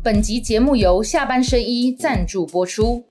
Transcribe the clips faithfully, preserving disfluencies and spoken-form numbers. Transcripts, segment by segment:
本集节目由下半身衣赞助播出。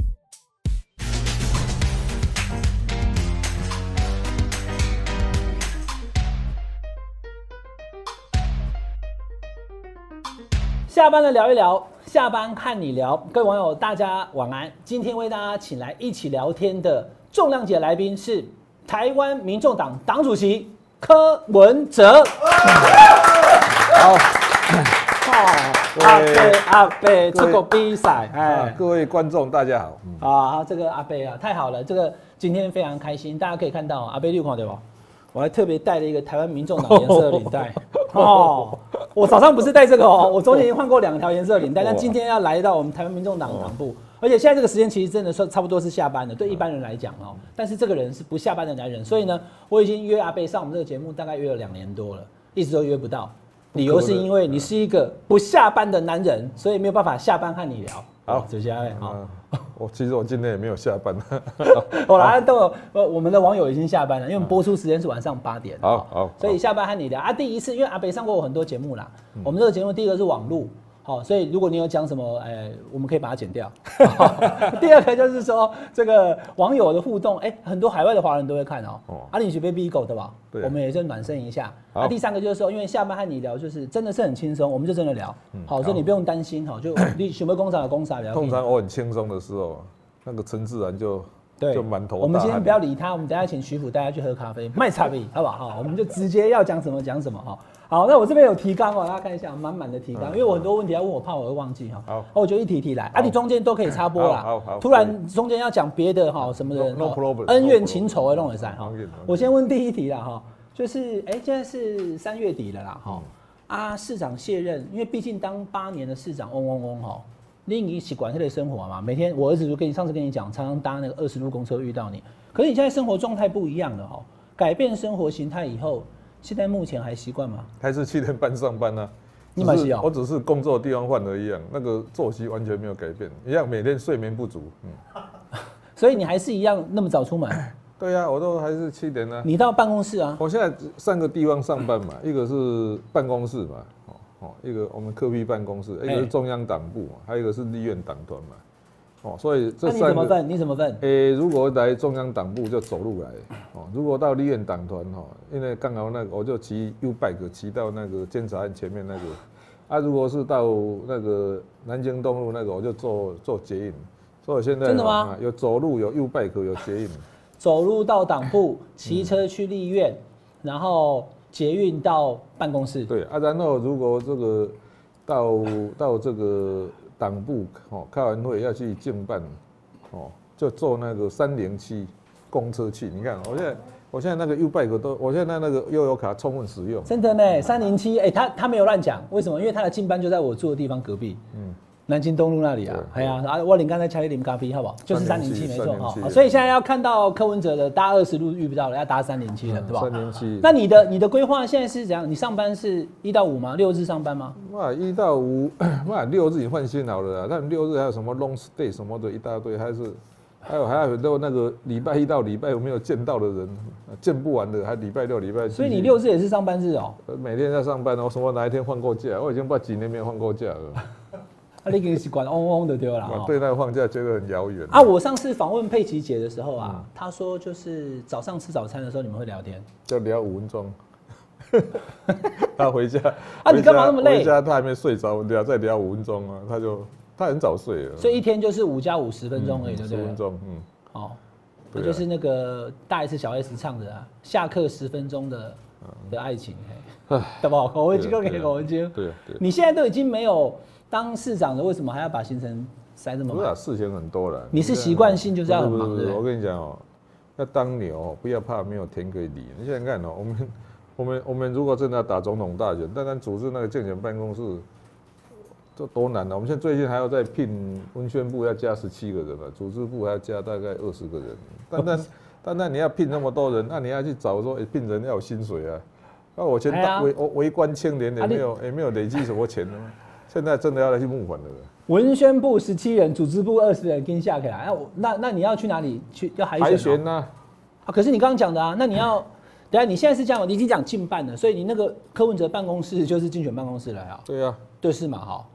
下班了聊一聊，下班和你聊，各位网友大家晚安。今天为大家请来一起聊天的重量级的来宾是台湾民众党党主席柯文哲。 好， 阿伯阿伯出国比赛， 哎，各位观众大家好。 嗯、啊，这个阿伯啊，太好了，这个今天非常开心，大家可以看到阿伯你有看到吧？我还特别带了一个台湾民众党颜色的领带哦。我早上不是带这个哦，我中间已经换过两条颜色的领带，但今天要来到我们台湾民众党党部，而且现在这个时间其实真的说差不多是下班了，对一般人来讲哦。但是这个人是不下班的男人，所以呢，我已经约阿伯上我们这个节目，大概约了两年多了，一直都约不到。理由是因为你是一个不下班的男人，所以没有办法下班和你聊。 好， 主席阿伯好。 我其实我今天也没有下班。 我来都我们的网友已经下班了，因为我们播出时间是晚上八点。 好好， 所以下班和你聊啊。第一次，因为阿北上过我很多节目啦，嗯、我们这个节目第一个是网路。好，所以如果你有讲什么，哎、欸，我们可以把它剪掉。第二个就是说，这个网友的互动，哎、欸，很多海外的华人都会看哦、喔。阿里是被逼狗的吧？对，我们也是暖身一下。啊，第三个就是说，因为下班和你聊，就是真的是很轻松，我们就真的聊。嗯、好，所以你不用担心，好，就你准备工厂的工厂聊。 通常我很轻松的时候，那个陈自然就就满头大汗。 我们今天不要理他，我们等一下请徐府带他去喝咖啡，卖茶杯，好不好？好，我们就直接要讲什么讲什么哈。好，那我这边有提纲哦，大家看一下，满满的提纲，因为我很多问题要问我，怕我会忘记哈。好，我就一题一题来，啊，你中间都可以插播啦。好好。突然中间要讲别的哈，什么的 ，no problem， 恩怨情仇的弄得散哈。我先问第一题啦哈，就是哎，现在是三月底了啦哈。啊，市长卸任，因为毕竟当八年的市长，嗡嗡嗡哈，你已习惯这类生活嘛，每天我儿子就跟你上次跟你讲，常常搭那个二十路公车遇到你，可是你现在生活状态不一样了哈，改变生活形态以后。现在目前还习惯吗？ 还是七点半上班呢、啊？ 你蛮习惯， 我只是工作的地方换了一样，那个作息完全没有改变，一样每天睡眠不足。嗯， 所以你还是一样那么早出门？ 对呀、啊，我都还是七点呢、啊。 你到办公室啊？ 我现在三个地方上班嘛，一个是办公室嘛，哦，一个我们科批办公室，一个是中央党部嘛，还有一个是立院党团嘛。哦，所以这三个、啊、 你怎么分？你怎么分？ 诶、欸，如果来中央党部就走路来，哦，如果到立院党团哈，因为刚好那个我就骑 U bike 骑到那个监察院前面那个，啊，如果是到那个南京东路那个，我就坐坐捷运。所以现在真的吗？ 有走路，有 U bike， 有捷运。 走路到党部，骑车去立院，嗯、然后捷运到办公室。 对啊，然后如果这个到到这个。党部哦，开完会要去竞办，哦，就坐那个三零七公车去。你看，我现在我现在那个 U bike 都，我现在那个悠游卡充分使用。 真的呢，三零七，哎，他他没有乱讲，为什么？因为他的进班就在我住的地方隔壁。嗯。南京东路那里啊，哎呀，啊，我领刚才敲一零咖啡，好不好？就是三零七，没错哈。所以现在要看到柯文哲的搭二十路遇不到了，要搭三零七了，对吧？ 三零七。 那你的你的规划现在是怎样？你上班是一到五吗？六日上班吗？ 哇，一到五，哇，六日你换新好了啊。但六日还有什么 long stay 什么的一大堆，还是还有还有很多那个礼拜一到礼拜五没有见到的人，见不完的，还礼拜六礼拜七。 所以你六日也是上班日哦？ 每天在上班哦，什么哪一天放过假？我已经不知道几年没有放过假了。 啊，你已经习惯嗡嗡的对了。 我对那个放假觉得很遥远啊！我上次访问佩琪姐的时候啊，她、嗯、说就是早上吃早餐的时候你们会聊天， 就聊五分钟。他回家啊，你干嘛那么累？ 回家他还没睡着，聊再聊五分钟啊，他就他很早睡了。 所以一天就是五加五十分钟而已，对不对？ 十分钟，嗯， 哦，那、啊、就是那个大 S 小 S 唱的啊，下课十分钟的的爱情，对不？我会这个给我听。对对，你现在都已经没有。当市长的为什么还要把行程塞这么满？ 不是啊，事情很多了。 你是习惯性就是要很忙，对不对？ 我跟你讲哦，要当牛，不要怕没有田可以犁。你想想看哦，我们我们我们如果真的要打总统大选，单单组织那个竞选办公室，这多难啊！我们现在最近还要再聘文宣部要加十七个人了，组织部还要加大概二十个人。单单单单你要聘那么多人，那你要去找说聘人要有薪水啊。那我前围围观青年也没有也没有累积什么钱呢。现在真的要来去募款了。 文宣部十七人，组织部二十人，跟下起来。那那那你要去哪里去？要海选、喔？海选啊！ 啊，可是你刚刚讲的啊，那你要，等下你现在是这样，你已经讲竞办了，所以你那个柯文哲办公室就是竞选办公室了啊。 对啊， 对是嘛？哈。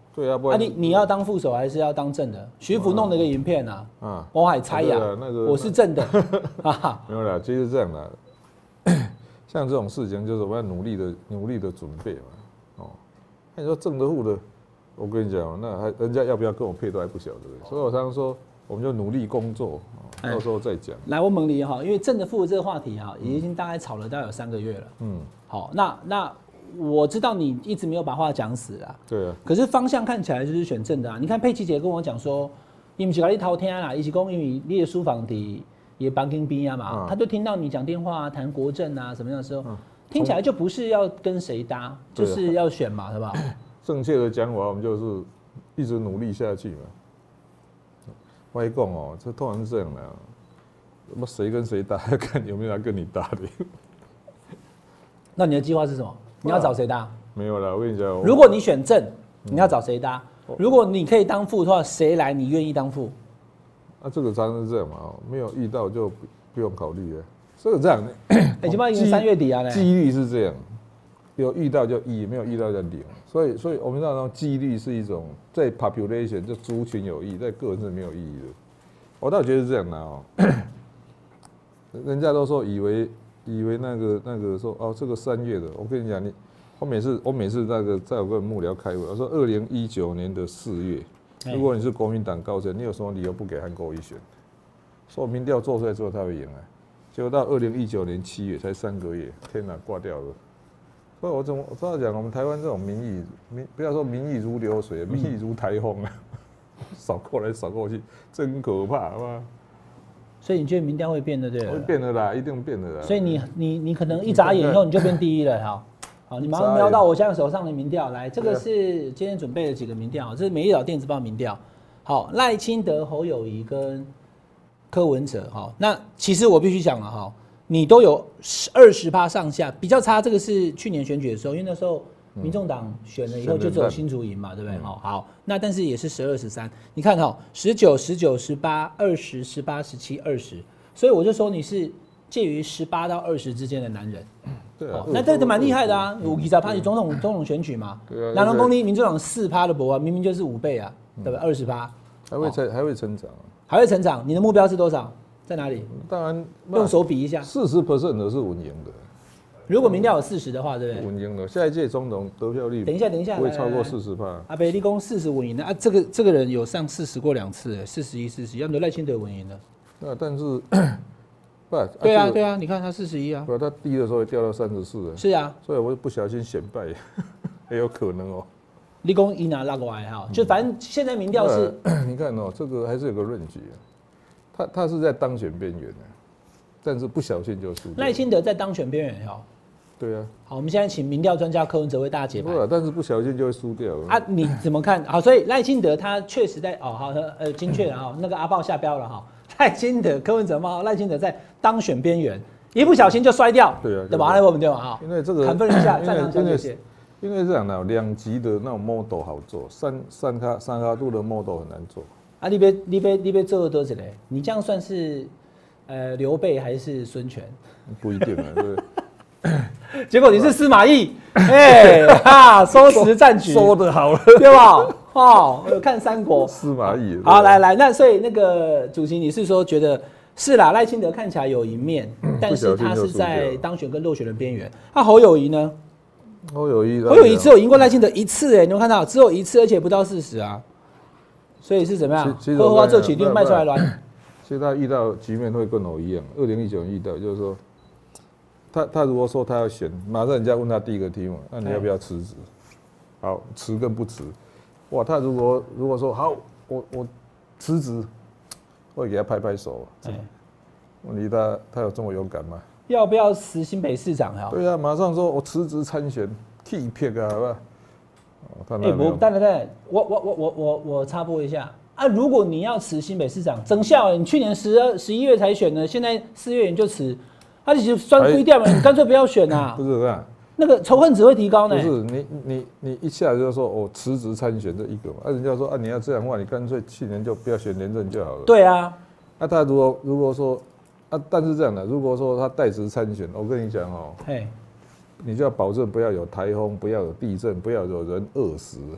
对啊，不啊然你你要当副手还是要当正的？徐福弄了一个影片啊，啊，我还猜呀，那个我是正的， 没有啦，其实是这样的，像这种事情就是我们要努力的努力的准备嘛，哦，那你说正的副的，我跟你讲，那还人家要不要跟我配都还不晓得，所以我常常说，我们就努力工作，到时候再讲。 来，我问你哈，因为正的副的这个话题哈，已经大概吵了大概有三个月了，嗯，好，那那。我知道你一直没有把话讲死啊， 对啊。 可是方向看起来就是选正的啊。你看佩奇姐跟我讲说，你不是跟你偷听啦，一起讲因为你的书房底也帮跟边啊嘛，他就听到你讲电话啊，谈国政啊什么样的时候，听起来就不是要跟谁搭，就是要选嘛，是吧？ 正确的讲法，我们就是一直努力下去嘛。我跟你讲哦，这通常是这样的，那么谁跟谁搭，要看有没有人跟你搭的。 那你的计划是什么？你要找谁搭？ 没有啦，我跟你讲， 如果你选正，你要找谁搭？如果你可以当副的话，谁来你愿意当副？ 啊，这个常常是这样嘛，没有遇到就不用考虑了。这个这样的， 哎，起码已经三月底啊， 几率是这样，有遇到就一，没有遇到就零。所以，所以我们知道几率是一种在 population 就族群有益，在个人是没有意义的。我倒觉得是这样的哦，人家都说以为。以为那个那个说哦，这个三月的，我跟你讲，你我每次我每次那个在我跟幕僚开会，我说二零一九年的四月，如果你是国民党高层，你有什么理由不给韩国瑜选？说民调做出来之后他会赢啊，结果到二零一九年七月才三个月，天哪，挂掉了。所以我怎么我照讲，我们台湾这种民意，民不要说民意如流水，民意如台风啊，扫过来扫过去，真可怕，好吗？ 所以你觉得民调会变的对？ 会变的啦，一定变的啦。 所以你你你可能一眨眼以后你就变第一了，哈。好，你马上瞄到我现在手上的民调，来，这个是今天准备了几个民调，这是美丽岛电子报民调。好，赖清德、侯友宜跟柯文哲，好，那其实我必须讲了哈，你都有二十趴上下，比较差。这个是去年选举的时候，因为那时候民众党选了以后就只有新竹赢嘛，对不对？好，好，那但是也是十二十三，你看哈，十九、十九、十八、二十、十八、十七、二十，所以我就说你是介于十八到二十之间的男人。 对啊， 那这个蛮厉害的啊，有二十趴是总统总统选举嘛，对啊，南龙公立民主党四趴的博啊，明明就是五倍啊，对吧？二十趴， 还会成还会成长， 还会成长。你的目标是多少？在哪里？ 当然用手比一下， 四十 percent 的是稳赢的。 如果民调有四十的话，对不对？ 稳赢的，下一届总统得票率， 等一下，等一下， 不会超过四十趴。 阿北立功四十稳赢的啊，这个这个人有上四十过两次，四十一、四十一，要不赖清德稳赢的。 那但是。不， 对啊，对啊，你看他四十一啊， 不，他低的时候会掉到三十四， 是啊， 所以我不小心选败，也有可能哦。 立功一拿拉过来哈，就反正现在民调是， 你看哦，这个还是有个论据，他他是在当选边缘的，但是不小心就输。 赖清德在当选边缘哈， 对啊。 好，我们现在请民调专家柯文哲为大家解盘。 但是不小心就会输掉了啊？你怎么看？好，所以赖清德他确实在哦，好，呃，精确了哈，那个阿豹下标了哈。赖清德、柯文哲嘛，赖清德在当选边缘，一不小心就摔掉， 对啊， 对吧？来我们对吧？哈， 因为这个砍分一下，再拿小姐姐。 因为这样的两级的那种 model 好做，三三卡三卡度的 model 很难做。 啊，你别你别你别做多少嘞？你这样算是呃刘备还是孙权？ 不一定啊，对。 结果你是司马懿，哎哈，收拾战局， 收得好了， 对吧？哦，我有看三国， 司马懿。 好，来来，那所以那个主席，你是说觉得是啦？赖清德看起来有一面，但是他是在当选跟落选的边缘。那侯友宜呢？ 侯友宜， 侯友宜只有赢过赖清德一次，哎，你有看到？只有一次，而且不到四十啊。所以是怎么样？荷花这起定卖出来了。 其实他遇到局面会跟我一样，二零一九年遇到就是说。他他如果说他要选，马上人家问他第一个题目，那你要不要辞职？好，辞跟不辞，哇，他如果如果说好，我我辞职，我会给他拍拍手。问题他他有这么勇敢吗？ 要不要辞新北市长？哈， 对啊，马上说我辞职参选，替撇啊，好吧？ 哎，我等等等，我我我我我我插播一下啊，如果你要辞新北市长，曾孝，你去年十二十一月才选的，现在四月你就辞。他其实酸规掉嘛，你干脆不要选啊！ 不是这样， 那个仇恨值会提高呢。 不是你你你一下就说我辞职参选这一个嘛，啊人家说啊你要这样的话，你干脆去年就不要选连任就好了。 对啊， 那、啊、他如果如果说啊，但是这样的，如果说他代职参选，我跟你讲哦，嘿，你就要保证不要有台风，不要有地震，不要有人饿死。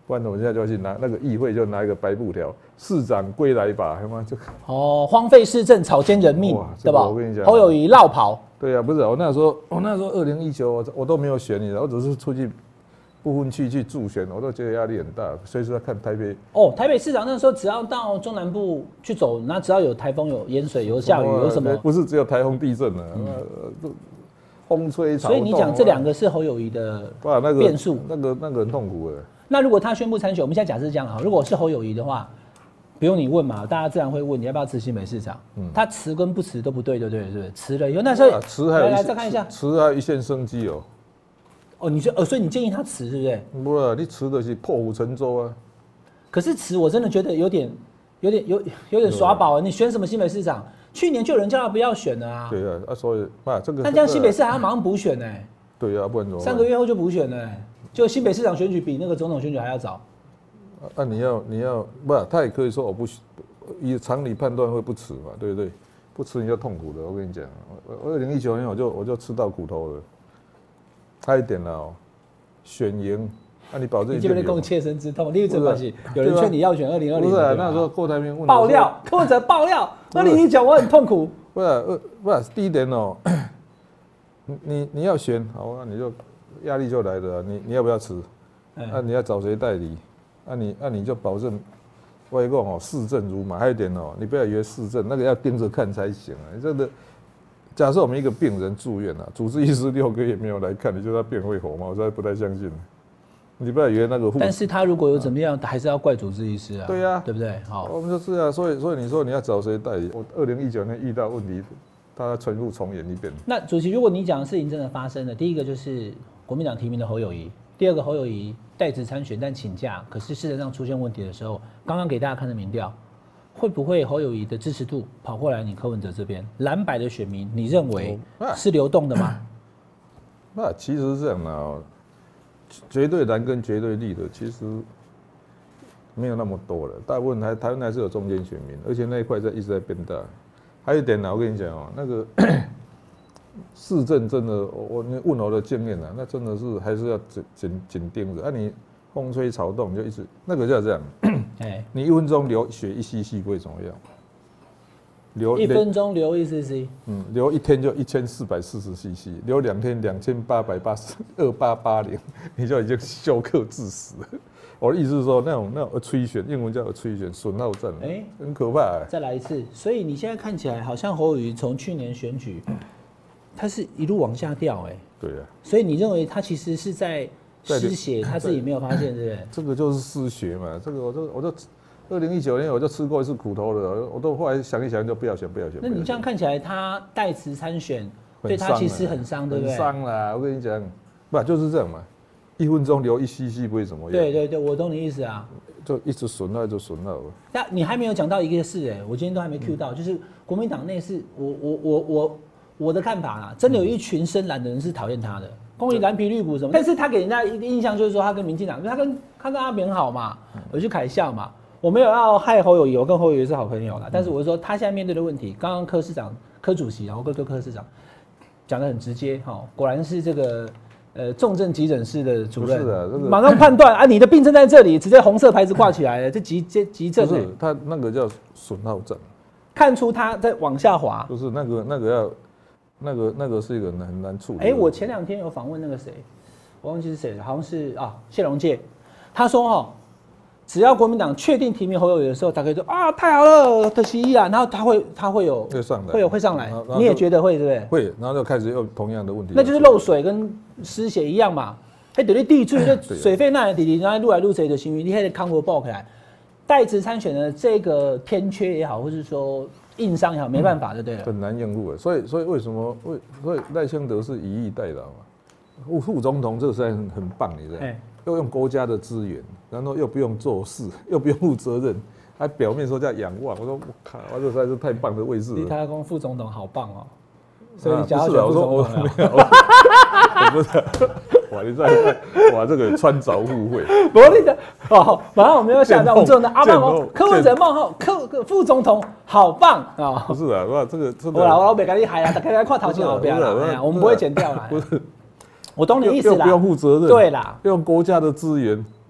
不然我们现在就要去拿那个议会就拿一个白布条，市长归来吧，他妈就哦，荒废市政，草菅人命，对吧？ 我跟你讲， 侯友宜落跑。 对啊，不是我那时候，我那时候二零一九，我我都没有选你，我只是出去不分区去助选，我都觉得压力很大，随时要看台北。 哦，台北市长那时候只要到中南部去走，那只要有台风、有淹水、有下雨、有什么， 不是只有台风、地震啊，嗯、风吹草动。 所以你讲这两个是侯友宜的变数， 那个那个很痛苦的。 那如果他宣布参选，我们现在假设这样好，如果是侯友宜的话，不用你问嘛，大家自然会问你要不要辞新北市长。嗯，他辞跟不辞都不对，对不对？是不是？辞了以后，那时候辞还有来来再看一下， 辞还有一线生机哦。 哦，你说呃，所以你建议他辞，是不是？ 不是，你辞的是破釜沉舟啊。 可是辞我真的觉得有点、有点、有有点耍宝啊！你选什么新北市长？去年就有人叫他不要选了啊。 对啊，啊，所以啊，这个那这样新北市还要马上补选呢、欸？ 对啊，不然怎么办？ 三个月后就补选了、欸，就新北市长选举比那个总统选举还要早。 啊，你要你要不，他也可以说我不以常理判断会不辞嘛，对不对？不辞你就痛苦的。我跟你讲，我二零一九年我就我就吃到苦头了。还有一点了哦，选赢，那、啊、你保证你这边跟我切身之痛，你有这关系？有人劝你要选二零二零， 不是、啊？那时候郭台铭问爆料，柯文哲爆料，二零一九我很痛苦。 不是、啊，不是第一点哦，你你你要选好，那你就压力就来了、啊，你你要不要辞？那、嗯啊、你要找谁代理？那、啊、你那、啊、你就保证，我一个哦，视政如麻。还有一点哦，你不要以为视政那个要盯着看才行啊，你真的。假设我们一个病人住院了，主治医师六个月没有来看，你觉得他变会活吗？我实在不太相信。你不要以为那个护， 但是他如果有怎么样，啊、还是要怪主治医师啊。 对呀、啊， 对不对？好， 我们就是啊，所以所以你说你要找谁代理？我二零一九年遇到问题，他全部重演一遍。 那主席，如果你讲的事情真的发生了，第一个就是国民党提名的侯友宜，第二个侯友宜代职参选但请假，可是事实上出现问题的时候，刚刚给大家看的民调。会不会侯友宜的支持度跑过来你柯文哲这边？蓝白的选民，你认为是流动的吗？ 那其实是这样的哦，绝对蓝跟绝对绿的其实没有那么多了，大部分台台湾还是有中间选民，而且那一块在一直在变大。还有一点呢，我跟你讲哦，那个市政真的，我你问我的经验啊，那真的是还是要紧紧紧盯着。啊，你风吹草动就一直那个叫这样。你一分钟流血一 C C 会怎么样？流一分钟流一 C C， 嗯，流一天就一千四百四十 C C， 流两天两千八百八十二八八零，你就已经休克致死了。我的意思是说，那种那种 attrition， 英文叫 attrition， 损耗战，哎、欸，很可怕、欸。 再来一次，所以你现在看起来好像侯友宜从去年选举，他是一路往下掉、欸，哎， 对啊。 所以你认为他其实是在？失血，他自己没有发现，对不对？ 这个就是失血嘛。这个我就我就二零一九年我就吃过一次苦头了，我都后来想一想就不要选，不要选。 那你这样看起来，他代持参选，对他其实很伤，对不对？ 很伤啦，我跟你讲，不就是这样嘛？一分钟流一 C C 不会怎么样？ 对对对，我懂你意思啊。 就一直损耗，就损耗。 那你还没有讲到一个事，哎，我今天都还没 Q 到，嗯、就是国民党内是我我我我我的看法啦，真的有一群深蓝的人是讨厌他的。公益蓝皮绿股什么，但是他给人家一个印象就是说他跟民进党，他跟他跟阿扁好嘛，有去凯笑嘛。我没有要害侯友宜，我跟侯友宜是好朋友啦。但是我是说他现在面对的问题，刚刚柯市长、柯主席，然后跟柯柯市长讲得很直接，哈，果然是这个呃重症急诊室的主任， 不是啊，这个马上判断啊，你的病症在这里，直接红色牌子挂起来了，这急这急症、欸， 不是他那个叫损耗症， 看出他在往下滑， 不是那个那个要。那个那个是一个很难处理。 哎、欸，我前两天有访问那个谁，我忘记是谁了，好像是啊谢龙介，他说哈，只要国民党确定提名侯友宜的时候，大概就啊太好了，可惜啊，然后他会他会有会上来， 会有会上来，你也觉得会对不对？ 会，然后就开始又同样的问题， 那就是漏水跟失血一样嘛。哎，等于地水那水费那弟弟，然后路来路谁的行为，你还得康国爆起来。代职参选的这个偏缺也好，或是说。硬伤也好，没办法就对了， 很难应付的。所以，所以为什么为所以赖清德是以逸待劳嘛？副副总统这个实在很很棒，你知道吗？又用国家的资源，然后又不用做事，又不用负责任，还表面说叫仰望。我说我靠，这实在是太棒的位置了。 立他公副总统好棒哦，所以你讲到选副总统了。 我不是，哇，你在哇这个穿凿附会。 不是的哦，马上我们要下到我们这种的阿棒哦，柯文哲冒号柯副总统好棒啊！ 不是啊，哇，这个真的。 我啦，我别跟你嗨啊，大家看头前后边啦，我们不会剪掉啦。 不是， 我懂你意思啦。 又不用负责任， 对啦， 用国家的资源，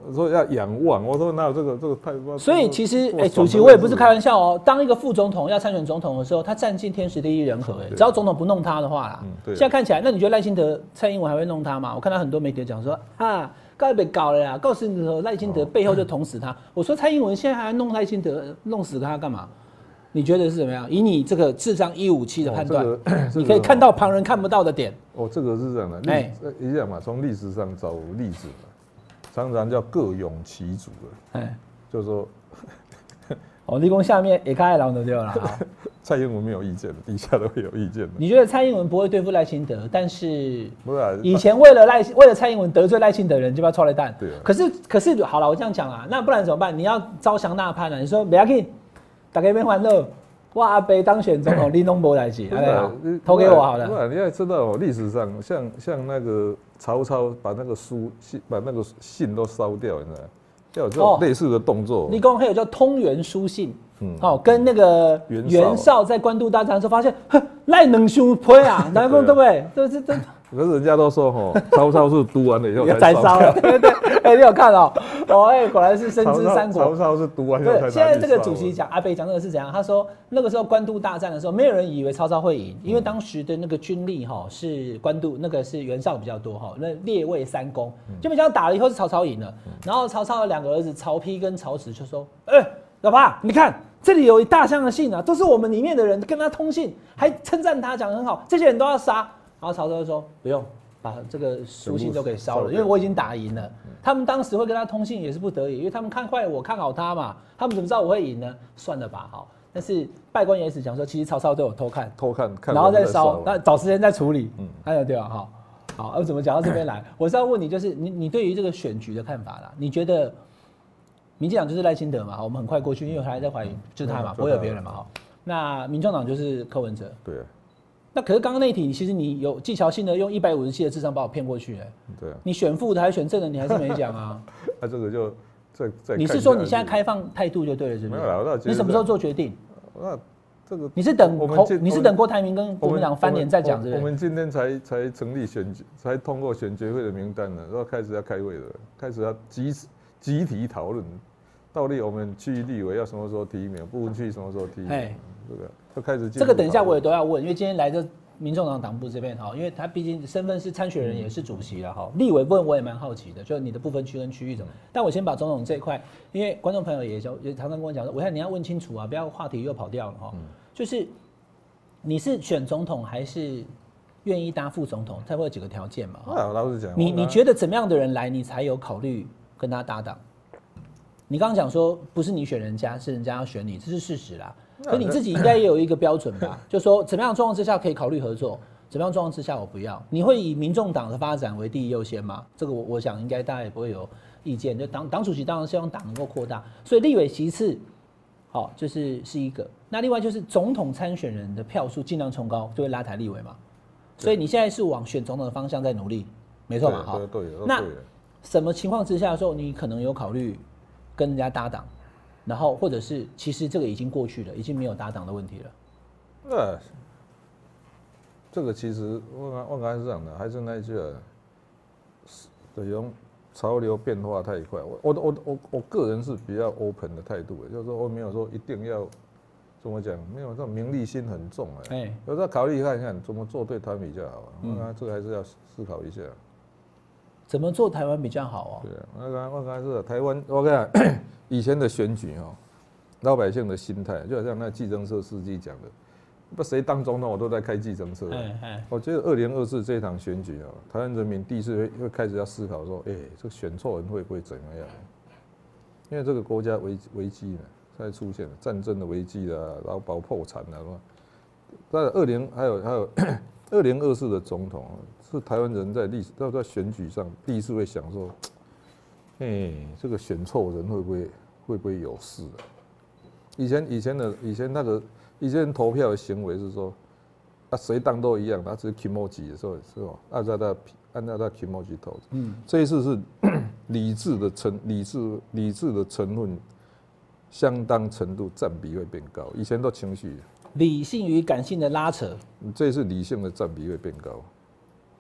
说要仰望，我说哪有这个这个太…… 所以其实，哎、欸，主席我也不是开玩笑哦。当一个副总统要参选总统的时候，他占尽天时地利人和，哎，只要总统不弄他的话啦，嗯、现在看起来，那你觉得赖清德、蔡英文还会弄他吗？我看到很多媒体讲说啊，该被搞了啦，告诉你说赖清德背后就捅死他。哦、我说蔡英文现在还弄赖清德，弄死他干嘛？你觉得是怎么样？以你这个智商一五七的判断、哦這個，你可以看到旁人看不到的点。 哦，这个是这样的，哎，一样嘛，从历史上找例子嘛，常常叫各拥其主的，哎，就是说， 哦，立功下面也开狼的对了。 蔡英文没有意见，底下都会有意见的。 你觉得蔡英文不会对付赖清德，但是不是、啊、 以前为了赖为了蔡英文得罪赖清德的人就要臭来蛋。 对、啊。 可是可是好了，我这样讲啊，那不然怎么办？你要招降纳叛啊？你说不要紧。大家别欢乐，我阿伯当选总统，你弄不来起，投给我好了。 不然你要知道，历史上像像那个曹操把那个书信把那个信都烧掉，你知道吗？要有这种类似的动作。 立功还有叫通元书信，嗯，好、哦，跟那个袁绍在官渡大战的时候发现，赖能兄配啊，南宫对不对？这这这。 可是人家都说吼，曹操是读完了以后才烧了，对对对，哎、欸，你有看哦、喔？哦，哎、欸，果然是深知三国。 曹操是读完以后才烧。 现在这个主席讲，阿北讲这个是怎样？他说那个时候官渡大战的时候，没有人以为曹操会赢，因为当时的那个军力哈是官渡那个是袁绍比较多哈，那列位三公，就没想到打了以后是曹操赢了。然后曹操的两个儿子曹丕跟曹植就说：“哎、欸，老爸，你看这里有一大箱的信啊，都是我们里面的人跟他通信，还称赞他，讲得很好，这些人都要杀。”然后曹操就说：“不用。”把这个书信都给烧了，因为我已经打赢了。他们当时会跟他通信也是不得已，因为他们看坏我，看好他嘛。他们怎么知道我会赢呢？算了吧，好。但是拜官野史讲说，其实曹操都有偷看， 偷看，看然后再烧，那找时间再处理。嗯，还有对吧？好，好，而怎么讲到这边来？我是要问你，就是你你对于这个选举的看法啦？你觉得民进党就是赖清德嘛？我们很快过去，因为他还在怀疑，就是他嘛，不会有别人嘛？哈。那民众党就是柯文哲。 对。 那可是刚刚那一题，其实你有技巧性的用一百五十七的智商把我骗过去、欸， 对啊， 你选副的还是选正的，你还是没讲啊。 那、啊、这个就再再。 你是说你现在开放态度就对了，是不是？ 没有啦， 你什么时候做决定？ 那这个你是等侯，你是等郭台铭跟国民党翻脸再讲，是不是？ 我们今天才才成立选举，才通过选举会的名单呢，然后开始要开会了，开始要集集体讨论，到底我们区域立委要什么时候提名，不分区什么时候提名，这个。就开始这个等一下我也都要问，因为今天来这民众党党部这边哈，因为他毕竟身份是参选人也是主席了哈，立委部分我也蛮好奇的，就是你的不分区跟区域怎么？但我先把总统这一块，因为观众朋友也就也常常跟我讲说，我看你要问清楚啊，不要话题又跑掉了哈。就是你是选总统还是愿意当副总统，才会有几个条件嘛？ 啊，老实讲， 你你觉得怎么样的人来，你才有考虑跟他搭档？你刚刚讲说不是你选人家，是人家要选你，这是事实啦。可你自己应该也有一个标准吧？就说怎么样状况之下可以考虑合作，怎么样状况之下我不要。你会以民众党的发展为第一优先吗？这个我我想应该大家也不会有意见。就党党主席当然希望党能够扩大，所以立委其次，好就是是一个。那另外就是总统参选人的票数尽量冲高，就会拉抬立委嘛。所以你现在是往选总统的方向在努力，没错嘛？好， 对对。 那什么情况之下的时候，你可能有考虑跟人家搭档？然后，或者是其实这个已经过去了，已经没有搭档的问题了。 那这个其实我我刚才是这样的，还是那一句啊，对，用潮流变化太快。我我我我我个人是比较 open 的态度，就是说我没有说一定要怎么讲，没有这种名利心很重啊。哎，有时候考虑看看怎么做对台湾比较好啊。嗯，这个还是要思考一下。 怎么做台湾比较好啊？ 对啊，我刚我刚才是台湾，我看以前的选举哦，老百姓的心态就好像那计程车司机讲的，不谁当总统我都在开计程车。哎哎，我觉得二零二四这一场选举哦，台湾人民第一次会会开始要思考说，哎、欸，这个选错人会不会怎么样？因为这个国家危危机呢，在出现战争的危机啦，劳保破产啦，在二零还有还有二零二四的总统是台湾人在历史在选举上第一次会想说。哎、欸，这个选错人会不会会不会有事啊？以前以前的以前那个以前投票的行为是说，啊谁当都一样，他只是 kimoji 的时候是吧？按照他按照他 kimoji 投。嗯，这一次是理智的成理智理智的成分相当程度占比会变高，以前都情绪。 理性与感性的拉扯， 这一次理性的占比会变高。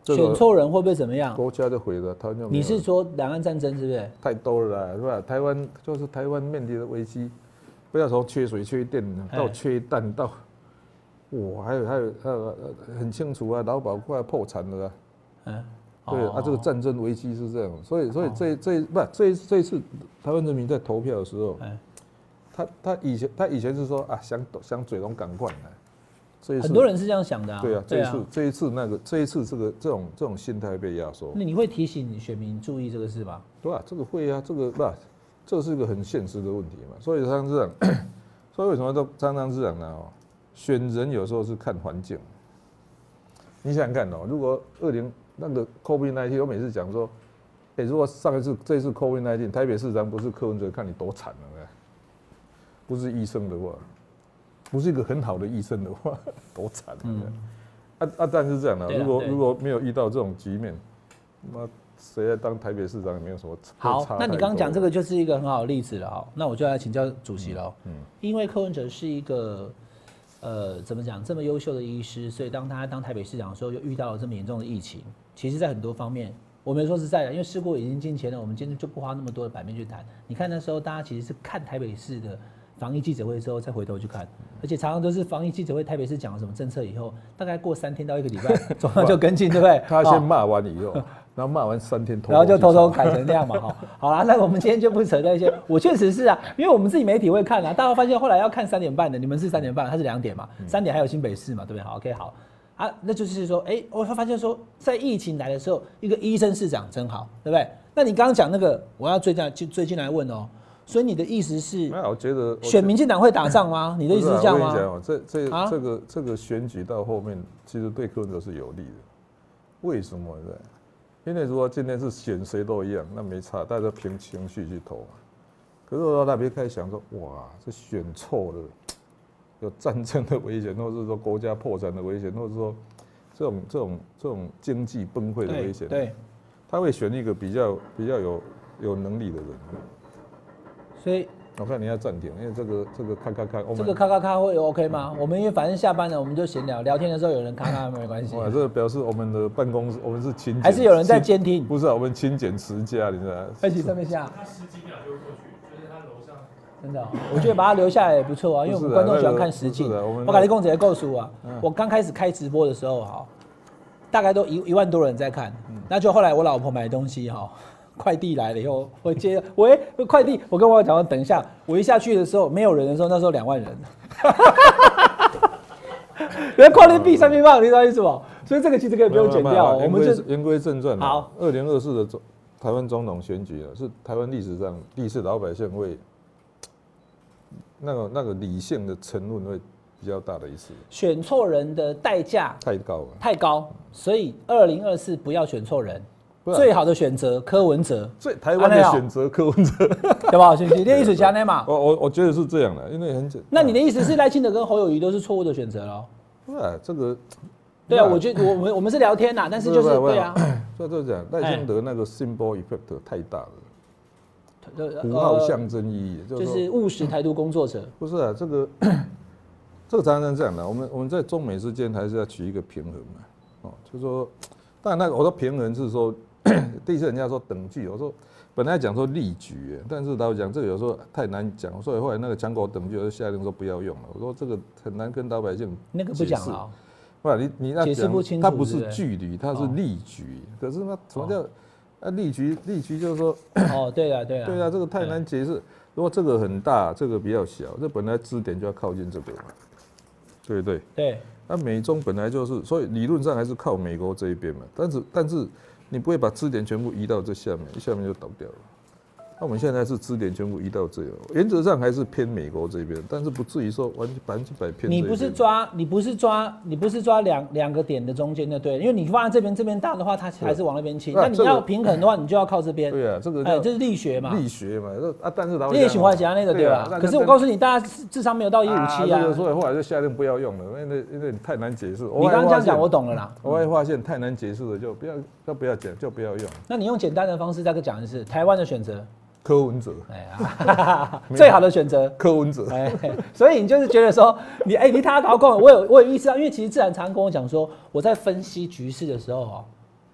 选错人会不会怎么样？ 国家就毁了，台湾就没有了。 你是说两岸战争是不是？ 太多了啦，是吧？台湾就是台湾面临的危机，不要从缺水、缺电到缺蛋到，哇，还有还有还有很清楚啊，劳保快要破产了啊。嗯，对啊，这个战争危机是这样，所以所以这这不这这一次台湾人民在投票的时候，他他以前他以前是说啊想想嘴龙赶快来。 很多人是这样想的啊。 对啊，这一次这一次那个这一次这个这种这种心态被压缩。 那你会提醒选民注意这个事吧？ 对啊，这个会啊，这个不，这是一个很现实的问题嘛。所以常常这样，所以为什么都常常这样呢？哦，选人有时候是看环境。你想想看哦，如果二零那个 COVID 十九，我每次讲说，哎，如果上一次这一次 COVID 十九，台北市长不是柯文哲，看你多惨了，不是医生的话。不是一个很好的医生的话，多惨啊！嗯、啊啊！但是这样的、啊，如果如果没有遇到这种局面，那谁来当台北市长也没有什么好。那你刚刚讲这个就是一个很好的例子了哈。那我就来请教主席了。嗯，因为柯文哲是一个呃怎么讲这么优秀的医师，所以当他当台北市长的时候，又遇到了这么严重的疫情。其实，在很多方面，我们说实在的，因为事故已经进前了，我们今天就不花那么多的版面去谈。你看那时候大家其实是看台北市的防疫记者会之后再回头去看，而且常常都是防疫记者会，台北市讲了什么政策以后，大概过三天到一个礼拜，总要就跟进，对不对？ 他先骂完以后，然后骂完三天， 然后就偷偷改成那样嘛，哈。好啦，那我们今天就不扯那些。我确实是啊，因为我们自己媒体会看啊，大家发现后来要看三点半的，你们是三点半，他是两点嘛，三点还有新北市嘛，对不对？好 ，OK， 好啊，那就是说，哎、欸，我会发现说，在疫情来的时候，一个医生市长真好，对不对？那你刚刚讲那个，我要最近最近来问哦。所以你的意思是？ 那我觉得选民进党会打仗吗？你的意思是这样吗？ 我跟你讲，这这、啊、这个这个选举到后面，其实对柯文哲是有利的。为什么呢？因为如果今天是选谁都一样，那没差，大家凭情绪去投嘛。可是我到那边开始想说，哇，这选错了，有战争的危险，或者是说国家破产的危险，或者是说这种这种这种经济崩溃的危险。 对， 他会选一个比较比较有有能力的人。 所以我看你要暂停，因为这个这个咔咔咔， 这个咔咔咔会 OK 吗？我们因为反正下班了，我们就闲聊，聊天的时候有人咔咔没关系。 哇，这个表示我们的办公室我们是勤， 还是有人在监听？ 不是、啊，我们勤俭持家，你知道吗？ 一起上面下。 他十几秒就会过去，就是他楼上。 真的、哦，我觉得把它留下来也不错啊，因为我们观众喜欢看实境。我跟你讲，直接告诉我啊，我刚开始开直播的时候哈，大概都一一万多人在看，那就后来我老婆买东西哈。快递来了以后，我接喂快递，我跟我讲等一下，我一下去的时候没有人的时候，那时候两万人，原来快递币上面放，你知道意思吗？所以这个其实可以不用剪掉，我们就言归正传。 好， 二零二四的台湾总统选举啊，是台湾历史上第一次老百姓会那个那个理性的沉沦会比较大的一次。 选错人的代价太高了， 太高，所以二零二四不要选错人。最好的选择柯文哲， 最台湾的选择柯文哲， 对吧？是不是？你的意思是那嘛？ 我我我觉得是这样的，因为很简。 那你的意思是赖清德跟侯友宜都是错误的选择喽？ 对啊，这个。 对啊，我觉得我们我们是聊天呐，但是就是对啊。 所以就讲赖清德那个 symbol effect 太大了，符号象征意义， 就是务实台独工作者。 不是啊，这个这个常常这样的，我们我们在中美之间还是要取一个平衡嘛。哦，就是说，当然那个我说平衡是说。第一次人家说等距，我说本来讲说力举，但是老讲这个有时候太难讲，所以后来那个强国等距，我就下令说不要用了。我说这个很难跟老百姓那个不讲了， 不然你你那解释不清楚， 它不是距离，它是力举。可是那什么叫啊力举？力举就是说哦，对啊对啊对啊，这个太难解释。如果这个很大，这个比较小，这本来支点就要靠近这个嘛，对不对？ 对。 那美中本来就是，所以理论上还是靠美国这一边嘛，但是但是。你不会把支点全部移到这下面，下面就倒掉了。那我们现在是支点全部移到这，原则上还是偏美国这边，但是不至于说完全百分之百偏。 你不是抓，你不是抓，你不是抓两两个点的中间就对了，因为你放在这边，这边大的话，它还是往那边倾。那你要平衡的话，你就要靠这边。 对啊，这个哎，这是力学嘛。 力学嘛，啊，但是这也喜欢讲那个对吧？可是我告诉你，大家智商没有到一五七啊。 所以后来就下令不要用了，因为因为太难解释。 你刚刚这样讲，我懂了啦。 我会发现太难解释的就不要，就不要讲，就不要用。 那你用简单的方式再讲一次，台湾的选择。 柯文哲， 哎呀，最好的选择柯文哲， 哎，所以你就是觉得说，你哎，你他搞共，我有我有意识到，因为其实自然常跟我讲说，我在分析局势的时候哦，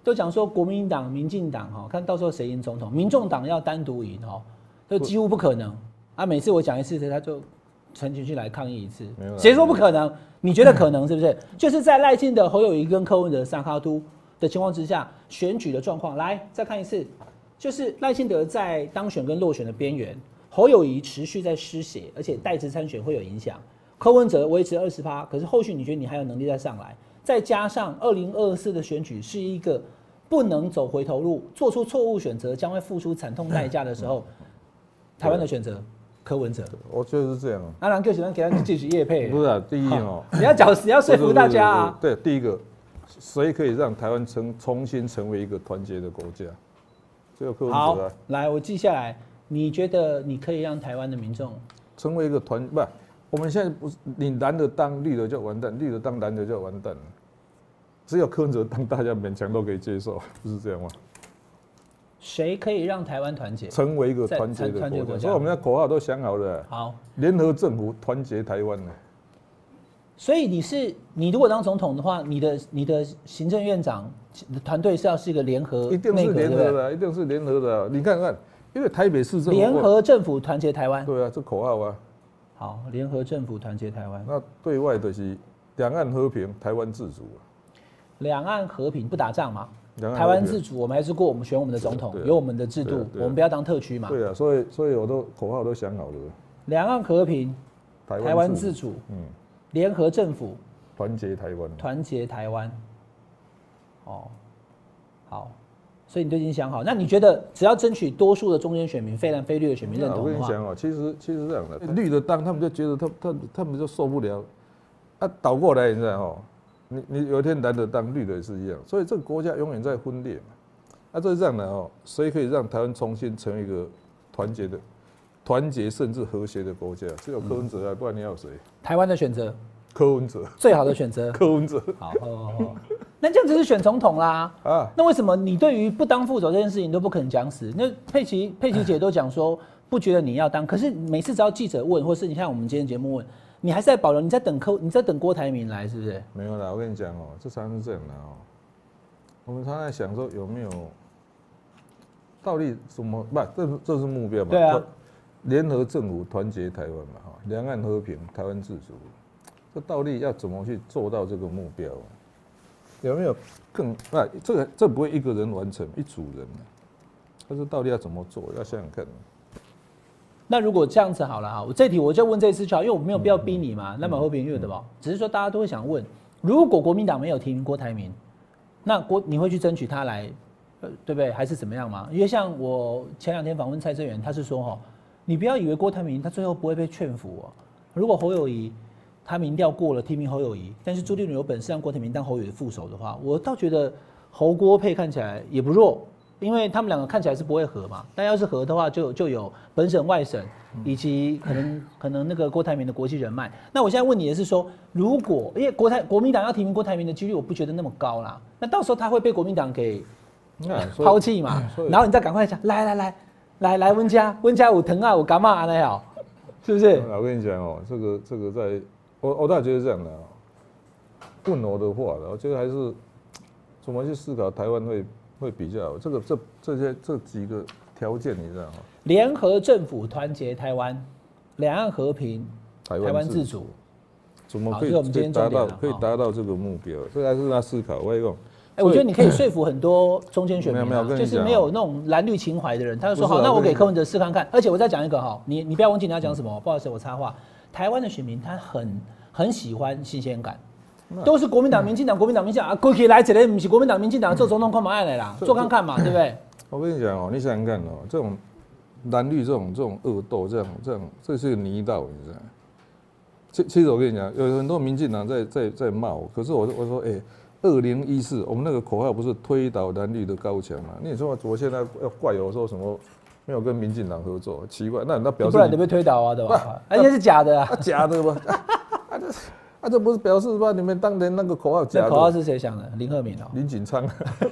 都讲说国民党、民进党哈，看到时候谁赢总统，民众党要单独赢哈，就几乎不可能啊。每次我讲一次，他就陈情绪来抗议一次，谁说不可能？你觉得可能是不是？就是在赖清德、侯友宜跟柯文哲三卡都的情况之下，选举的状况，来再看一次，就是赖清德在当选跟落选的边缘，侯友宜持续在失血，而且代职参选会有影响。柯文哲维持二十趴，可是后续你觉得你还有能力再上来？再加上二零二四的选举是一个不能走回头路，做出错误选择将会付出惨痛代价的时候，台湾的选择。柯文哲， 我觉得是这样。 阿郎就喜欢给他继续业配， 不是啊，第一哦， 你要讲，你要说服大家啊。 对，第一个，谁可以让台湾重重新成为一个团结的国家？只有柯文哲啊。 好，来，我记下来。你觉得你可以让台湾的民众成为一个团？不，我们现在不是你蓝的当绿的就完蛋，绿的当蓝的就完蛋了。只有柯文哲当，大家勉强都可以接受，不是这样吗？ 谁可以让台湾团结， 成为一个团结的国家？所以我们的口号都想好了。 好， 联合政府团结台湾呢。 所以你是你如果当总统的话，你的你的行政院长团队是要是一个联合， 一定是联合的，一定是联合的。你看看，因为台北市政府联合政府团结台湾。 对啊，这口号啊。 好，联合政府团结台湾。 那对外的是两岸和平，台湾自主。 两岸和平不打仗嘛？台湾自主，我们还是过我们选我们的总统，有我们的制度，我们不要当特区嘛。 对啊，所以所以我都口号都想好了。 两岸和平，台湾自主，嗯，联合政府， 团结台湾， 团结台湾。哦，好，所以你都已经想好。那你觉得只要争取多数的中间选民、非蓝非绿的选民认同的话， 我跟你讲哦，其实其实这样的，绿的当他们就觉得他他他们就受不了，啊，倒过来你知道哦。你你有一天蓝的当绿的也是一样，所以这个国家永远在分裂嘛。啊，这是这样的哦，谁可以让台湾重新成为一个团结的、团结甚至和谐的国家？只有柯文哲啊，不然你要谁？ 台湾的选择， 柯文哲最好的选择， 柯文哲。 好，好，好，那这样子是选总统啦。啊，那为什么你对于不当副手这件事情都不肯讲死？那佩奇佩奇姐都讲说不觉得你要当，可是每次只要记者问，或是你看我们今天节目问。你还是在保留，你在等柯，你在等郭台铭来，是不是？ 没有啦，我跟你讲哦、喔，这常常是这样的哦、喔。我们常常在想说有没有，到底什么不？这这是目标嘛？ 对啊。 联合政府团结台湾嘛，哈，两岸和平，台湾自主。这到底要怎么去做到这个目标？有没有更啊？这个这不会一个人完成，一组人。但是到底要怎么做？要想想看。 那如果这样子好了哈，我这题我就问这一次就好，因为我没有必要逼你嘛，那么和平月的吧，只是说大家都会想问，如果国民党没有提名郭台铭，那郭你会去争取他来，呃，对不对？还是怎么样嘛？因为像我前两天访问蔡正元，他是说哈，你不要以为郭台铭他最后不会被劝服哦。如果侯友宜他民调过了提名侯友宜，但是朱立伦有本事让郭台铭当侯友宜的副手的话，我倒觉得侯郭配看起来也不弱。因为他们两个看起来是不会合嘛，但要是合的话就，就就有本省、外省，以及可能可能那个郭台铭的国际人脉。那我现在问你的是说，如果因为国台国民党要提名郭台铭的几率，我不觉得那么高啦。那到时候他会被国民党给抛弃嘛？然后你再赶快讲，来来来来来温家温家有疼啊，有干嘛安那好，是不是？ 我跟你讲哦、喔，这个这个在我我倒觉得这样的、喔，问我的话，我觉得还是怎么去思考台湾会。会比较这个这这些这几个条件，你知道吗？ 联合政府团结台湾，两岸和平，台湾自主， 怎么可以达到可以达到这个目标？这还是他思考。我讲， 哎，我觉得你可以说服很多中间选民、啊，就是没有那种蓝绿情怀的人，他就说好，那我给柯文哲试看看。而且我再讲一个哈，你你不要忘记你要讲什么，不好意思，我插话。台湾的选民他很很喜欢新鲜感。都是国民党、民进党、国民党、民进党啊，过去来一个不是国民党、民进党做总统，看嘛爱来啦，做看看嘛，对不对？ 我跟你讲哦、喔，你想想看哦、喔，这种蓝绿这种这种恶斗，这样这样，这是个泥道，你知道吗？其其实我跟你讲，有很多民进党在在在骂我，可是我我说，哎，二零一四我们那个口号不是推倒蓝绿的高墙嘛？你说我现在要怪我说什么没有跟民进党合作，奇怪，那那表示不然你被推倒啊，对吧？而且是假的啊， 假的吧？啊这。啊，这不是表示说你们当年那个口号假的？ 这口号是谁想的？林鹤敏哦、喔， 林锦昌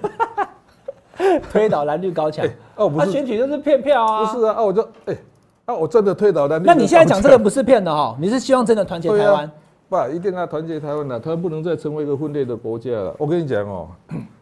推倒蓝绿高墙。 欸、哦，不是， 他选举就是骗票啊。 不是啊，啊，我就哎、欸，啊，我真的推倒蓝绿。 那你现在讲这个不是骗的哈？你是希望真的团结台湾？ 不、啊，一定要团结台湾的，台湾不能再成为一个分裂的国家了。我跟你讲哦、喔，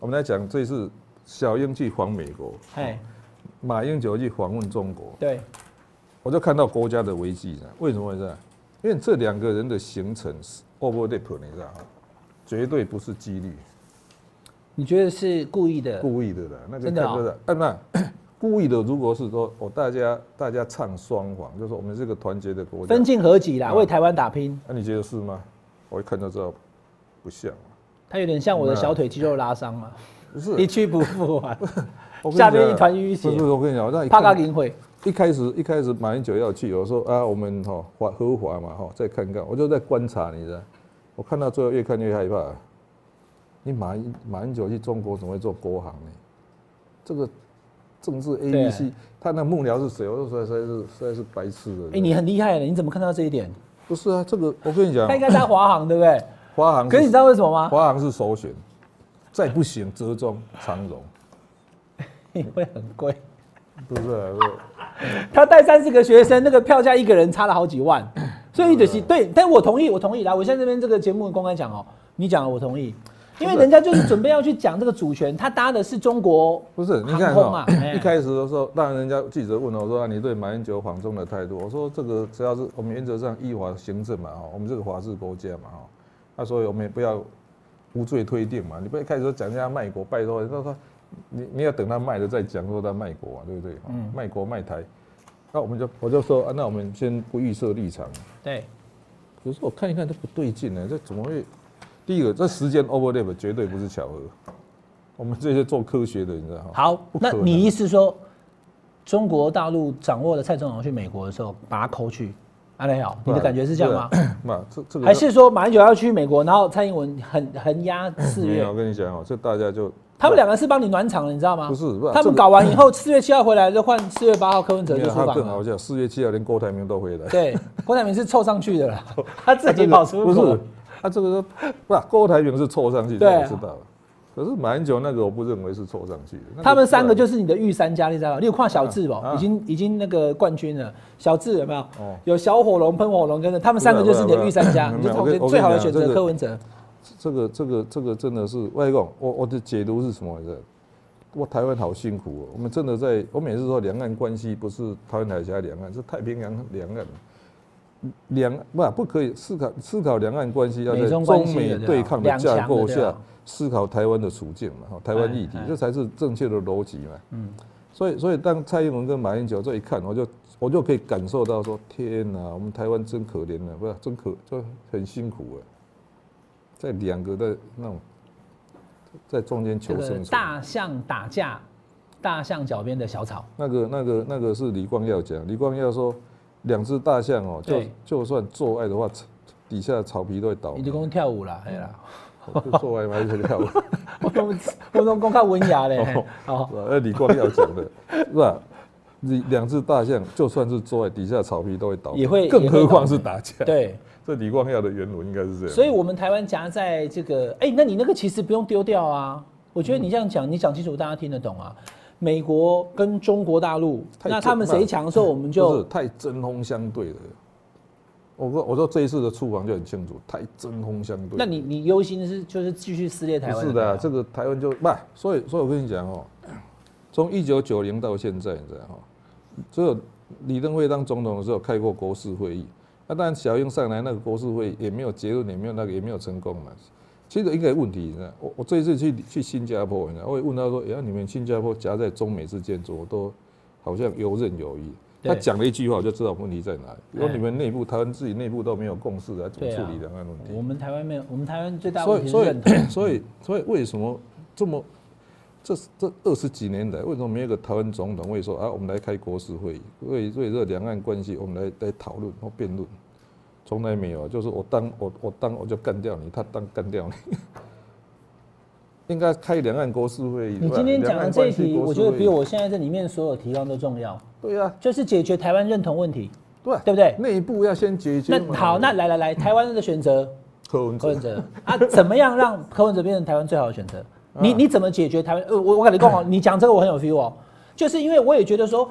我们来讲这次小英去访美国， 哎， 马英九去访问中国， 对， 我就看到国家的危机，为什么会这样？因为这两个人的行程 overlap， 你知道吗？绝对不是几率。 你觉得是故意的？ 故意的啦，那个真的哦啊，那故意的，如果是说我大家大家唱双簧，就是说我们是个团结的国家， 分进合击啦，为台湾打拼。 那你觉得是吗？我一看就知道不像。 它有点像我的小腿肌肉拉伤嘛， 不是一去不复返， 我跟你讲下面一团淤血。 不是，我跟你讲，那一怕看咖银会。 一开始一开始马英九要去，我说啊，我们哈华和华嘛哈，再看看，我就在观察，你知道，我看到最后越看越害怕。你马英马英九去中国怎么会做国航呢？这个政治 A B C， 他那幕僚是谁？我说实在是实在是白痴的。 哎，你很厉害的，你怎么看到这一点？ 不是啊，这个我跟你讲， 他应该在华航，对不对？ 华航， 可是你知道为什么吗？ 华航是首选，再不行折中长荣， 因为很贵。 不是啊？ 他带三十个学生，那个票价一个人差了好几万，所以就是对，但我同意，我同意来，我现在这边这个节目公开讲哦，你讲了我同意。因为人家就是准备要去讲这个主权，他搭的是中国不是？你看啊， 一开始的时候，当然人家记者问我说、啊：“你对马英九访中的态度？”我说：“这个只要是我们原则上依法行政嘛，哈，我们这个法治国家嘛，哈，那所以我们也不要无罪推定嘛。你不要一开始讲人家卖国，拜托，他说你你要等他卖了再讲说他卖国啊，对不对？嗯，卖国卖台，那我们就我就说啊，那我们先不预设立场。 对， 可是我看一看都不对劲呢，这怎么会？第一个，这时间 overlap 绝对不是巧合。我们这些做科学的，你知道吗？ 好，那你意思说，中国大陆掌握了蔡总统去美国的时候，把他抠去，安利好，你的感觉是这样吗？ 嘛，这这个还是说马英九要去美国，然后蔡英文很横压四月？ 我跟你讲哦，这大家就他们两个是帮你暖场了，你知道吗？ 不是， 他们搞完以后，四月七号回来就换四月八号柯文哲就出访了。 更好笑，四月七号连郭台铭都回来。 对，郭台铭是凑上去的啦，他自己跑出不是。他、啊、这个不，郭台铭是凑上去， 对、啊， 我知道了。可是马英九那个，我不认为是凑上去的。 他们三个就是你的御三家，你知道吗？你有看小智不？啊、已经已经那个冠军了。小智有没有？哦、有小火龙、喷火龙跟着，他们三个就是你的御三家，你就同学最好的选择柯文哲。 这个这个这个真的是外公，我我的解读是什么来着？我台湾好辛苦哦，我们真的在，我每次说两岸关系不是台湾海峡两岸，是太平洋两岸。两不不可以思考思考两岸关系，要在中美对抗的架构下思考台湾的处境嘛，台湾议题，这才是正确的逻辑嘛。嗯，所以所以当蔡英文跟马英九这一看，我就我就可以感受到说，天哪，我们台湾真可怜了，不是真可就很辛苦哎，在两个的那种在中间求生存。 大象打架，大象脚边的小草。 那个那个那个是李光耀讲，李光耀说。两只大象哦，就就算做爱的话，底下的草皮都会倒。 你就讲跳舞啦，系啦。 做爱嘛，还是跳舞。 我都我都讲较文雅嘞。 哦，那李光耀讲的，是吧？你两只大象就算是做爱，底下的草皮都会倒。 也会， 更何况是打架。 对， 这李光耀的原文应该是这样。 所以我们台湾夹在这个，哎、欸，那你那个其实不用丢掉啊。我觉得你这样讲，你讲清楚，大家听得懂啊。美国跟中国大陆，那他们谁强的时候，我们就不是太针锋相对了。我说我说这一次的出访就很清楚，太针锋相对。 那你你忧心的是就是继续撕裂台湾？ 不是的、啊，这个台湾就不，所以所以我跟你讲哦，从一九九零到现在，你知道哈，只有李登辉当总统的时候开过国事会议，那当然小英上来那个国事会议也没有结论，也没有那个也没有成功嘛。其实应该有问题，你知道，我我这一次去去新加坡，你知道，我也问他说，哎、欸，你们新加坡夹在中美之间，怎么都好像游刃有余。他讲了一句话，我就知道问题在哪里。因为你们内部台湾自己内部都没有共识，来怎么处理两岸问题？ 我们台湾没有，我们台湾最大问题是认同。 所以所以所以为什么这么这这二十几年来，为什么没有一个台湾总统会说啊，我们来开国事会议，为为这两岸关系，我们来来讨论或辩论？从来没有，就是我当我我当我就干掉你，他当干掉你。应该开两岸国事会议。 你今天讲的这一题，我觉得比我现在这里面所有提纲都重要。 对呀、啊， 就是解决台湾认同问题。 对， 对不对？ 内部要先解决。 那好，那来来来，台湾的选择， 柯文哲。 柯文哲啊，怎么样让柯文哲变成台湾最好的选择？你你怎么解决台湾？呃，我我跟你讲哦，你讲这个我很有 feel 哦，就是因为我也觉得说。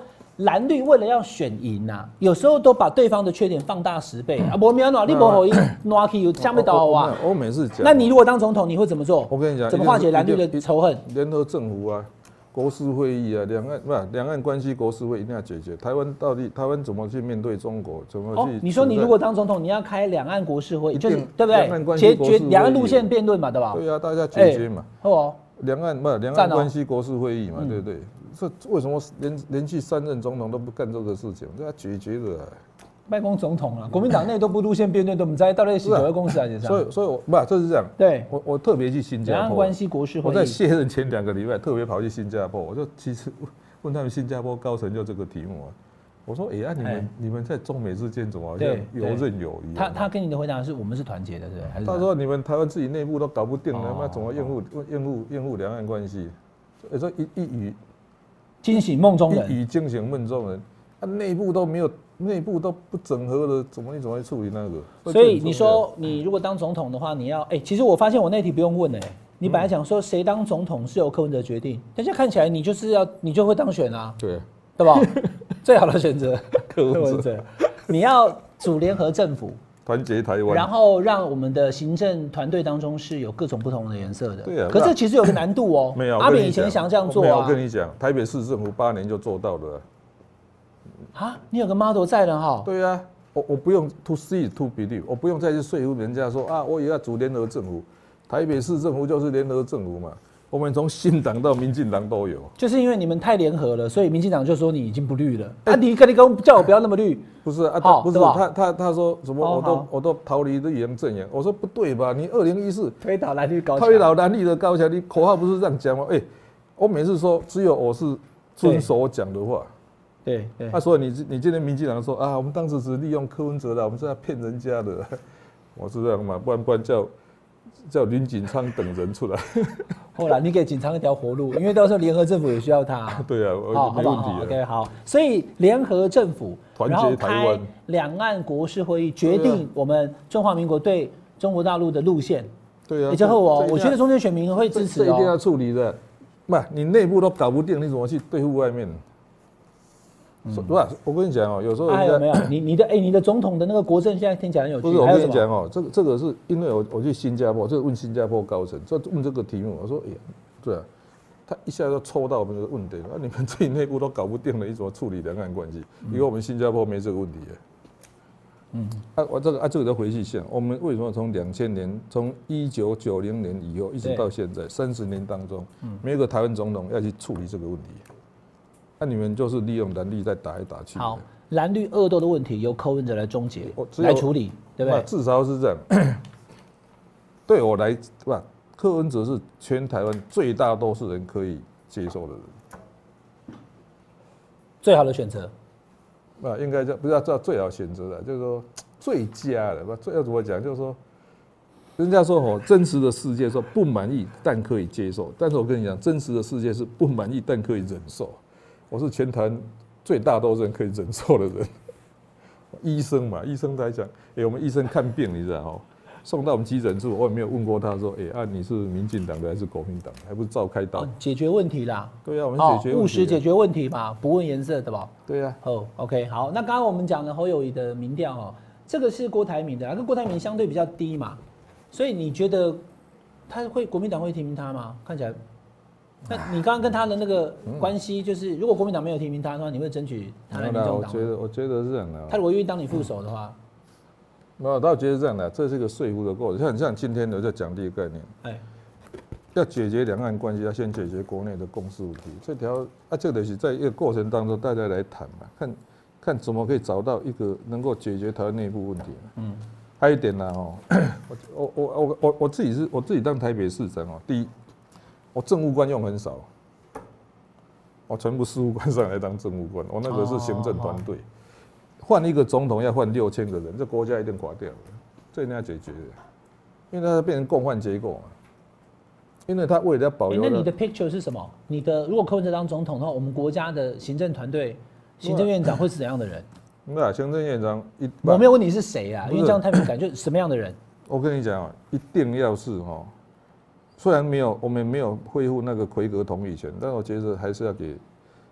蓝绿为了要选赢啊，有时候都把对方的缺点放大十倍啊，不，没有哪你不好意拿去有下面倒啊。 我每次讲， 那你如果当总统，你会怎么做？ 我跟你讲， 怎么化解蓝绿的仇恨？ 联合政府啊，国事会议啊，两岸不两岸关系国事会一定要解决。台湾到底台湾怎么去面对中国？怎么去、哦？ 你说你如果当总统，你要开两岸国事会议，就是对不对？ 解决两岸路线辩论嘛，对吧？ 对啊，大家解决嘛。 哦， 两岸不两岸关系国事会议嘛，对不对？这为什么连连续三任总统都不干这个事情？这要解决的、啊。 拜公总统了，国民党内都不路线辩论，都不知道到底是九二共识还是啥。 所以，所以我不，这是这样。 对， 我我特别去新加坡， 两岸关系国事会议。 我在卸任前两个礼拜特别跑去新加坡，我就其实问他们新加坡高层就这个题目啊。我说，哎、欸、呀、啊，你们、欸、你们在中美之间怎么好像游刃有余、啊？ 他他跟你的回答是我们是团结的，对不对？还是他说你们台湾自己内部都搞不定了，那、哦、怎么厌恶厌恶厌恶两岸关系？所以说一一语惊醒梦中人， 一语惊醒梦中人。他、啊、内部都没有，内部都不整合了，怎么你怎么会处理那个？ 所以你说你如果当总统的话，你要哎、欸，其实我发现我那题不用问哎、欸，你本来讲说谁当总统是由柯文哲决定，但现在看起来你就是要你就会当选啊， 对， 对吧？最好的选择柯文哲， 你要组联合政府， 团结台湾， 然后让我们的行政团队当中是有各种不同的颜色的。 对啊， 可是其实有个难度哦、喔。 没有， 阿扁以前想这样做啊。 我跟你讲，台北市政府八年就做到了。 啊，你有个 model 在了哈。 对啊，我我不用 to see to believe， 我不用再去说服人家说啊，我也要组联合政府。台北市政府就是联合政府嘛。我们从新党到民进党都有， 就是因为你们太联合了，所以民进党就说你已经不绿了。欸、啊，你跟你跟叫我不要那么绿， 不是啊，他不是他他他说什么？我都我都逃离绿营阵营。我说不对吧？你二零一四推倒蓝绿高墙， 推倒蓝绿的高墙，你口号不是这样讲吗？哎、欸，我每次说只有我是遵守我讲的话。 对对。 那、啊、所以你你今天民进党说啊，我们当时只利用柯文哲的，我们是在骗人家的，我是这样嘛？不然不然叫。叫林锦昌等人出来。 后来你给锦昌一条活路，因为到时候联合政府也需要他。 对啊， 好， 没问题。 OK， 好，所以联合政府， 团结台湾， 两岸国事会议决定我们中华民国对中国大陆的路线。 对啊， 之后哦，我觉得中间选民会支持哦。 这一定要处理的，不，你内部都搞不定，你怎么去对付外面？嗯、不，我跟你讲哦，有时候还有没有你你的哎、欸，你的总统的那个国政现在听起来很有趣。 不是，我跟你讲哦，这个这个是因为我我去新加坡，就问新加坡高层，就问这个题目，我说哎呀，对啊，他一下就抽到我们的问题，那、啊、你们自己内部都搞不定了，你怎么处理两岸关系？因为我们新加坡没这个问题。嗯，啊，我这个啊，这个叫回去线。我们为什么从两千年，从一九九零年以后一直到现在三十年当中，没有一个台湾总统要去处理这个问题？那、啊、你们就是利用蓝绿在打来打去。 好，蓝绿恶斗的问题由柯文哲来终结，来处理，对不对？ 至少是这样。对我来，不，柯文哲是全台湾最大多数人可以接受的人， 最好的选择。 啊，应该叫不是要叫最好选择的，就是说最佳的，不最要怎么讲？就是说，人家说哦，真实的世界说不满意但可以接受，但是我跟你讲，真实的世界是不满意但可以忍受。我是全台最大多数人可以忍受的人。医生嘛，医生来讲，哎，我们医生看病，你知道哦，送到我们急诊处，我也没有问过他说，哎，啊你是民进党的还是国民党，还不是照开刀？ 哦，解决问题啦。 对啊，我们解决务实解决问题嘛，不问颜色，对吧？ 对啊。 哦 ，OK， 好，那刚刚我们讲的侯友宜的民调哦，这个是郭台铭的，跟郭台铭相对比较低嘛，所以你觉得他会国民党会提名他吗？看起来。那你刚刚跟他的那个关系，就是如果国民党没有提名他的话，你会争取他来民众党吗？ 我觉得，我觉得是这样的。 他如果愿意当你副手的话， 没有，我觉得是这样的，这是一个说服的过程。像像今天的在讲这个概念，哎，要解决两岸关系，要先解决国内的共识问题。这条啊，这个是在一个过程当中大家来谈嘛，看看怎么可以找到一个能够解决台湾内部问题。嗯，还有一点呢，哦，我我我我我自己是我自己当台北市长哦，第一。我政务官用很少，我全部事务官上来当政务官，我那个是行政团队，换一个总统要换六千个人，这国家一定垮掉了，这一定要解决的，因为它变成共犯结构嘛，因为他为了要保留、欸。那你的 picture 是什么？你的如果柯文哲当总统的话，我们国家的行政团队、行政院长会是怎样的人？ 那行政院长一， 我没有问你是谁啊，因为这样太敏感，就什么样的人？ 我跟你讲啊，一定要是哈。虽然没有，我们没有恢复那个奎格同意权，但我觉得还是要给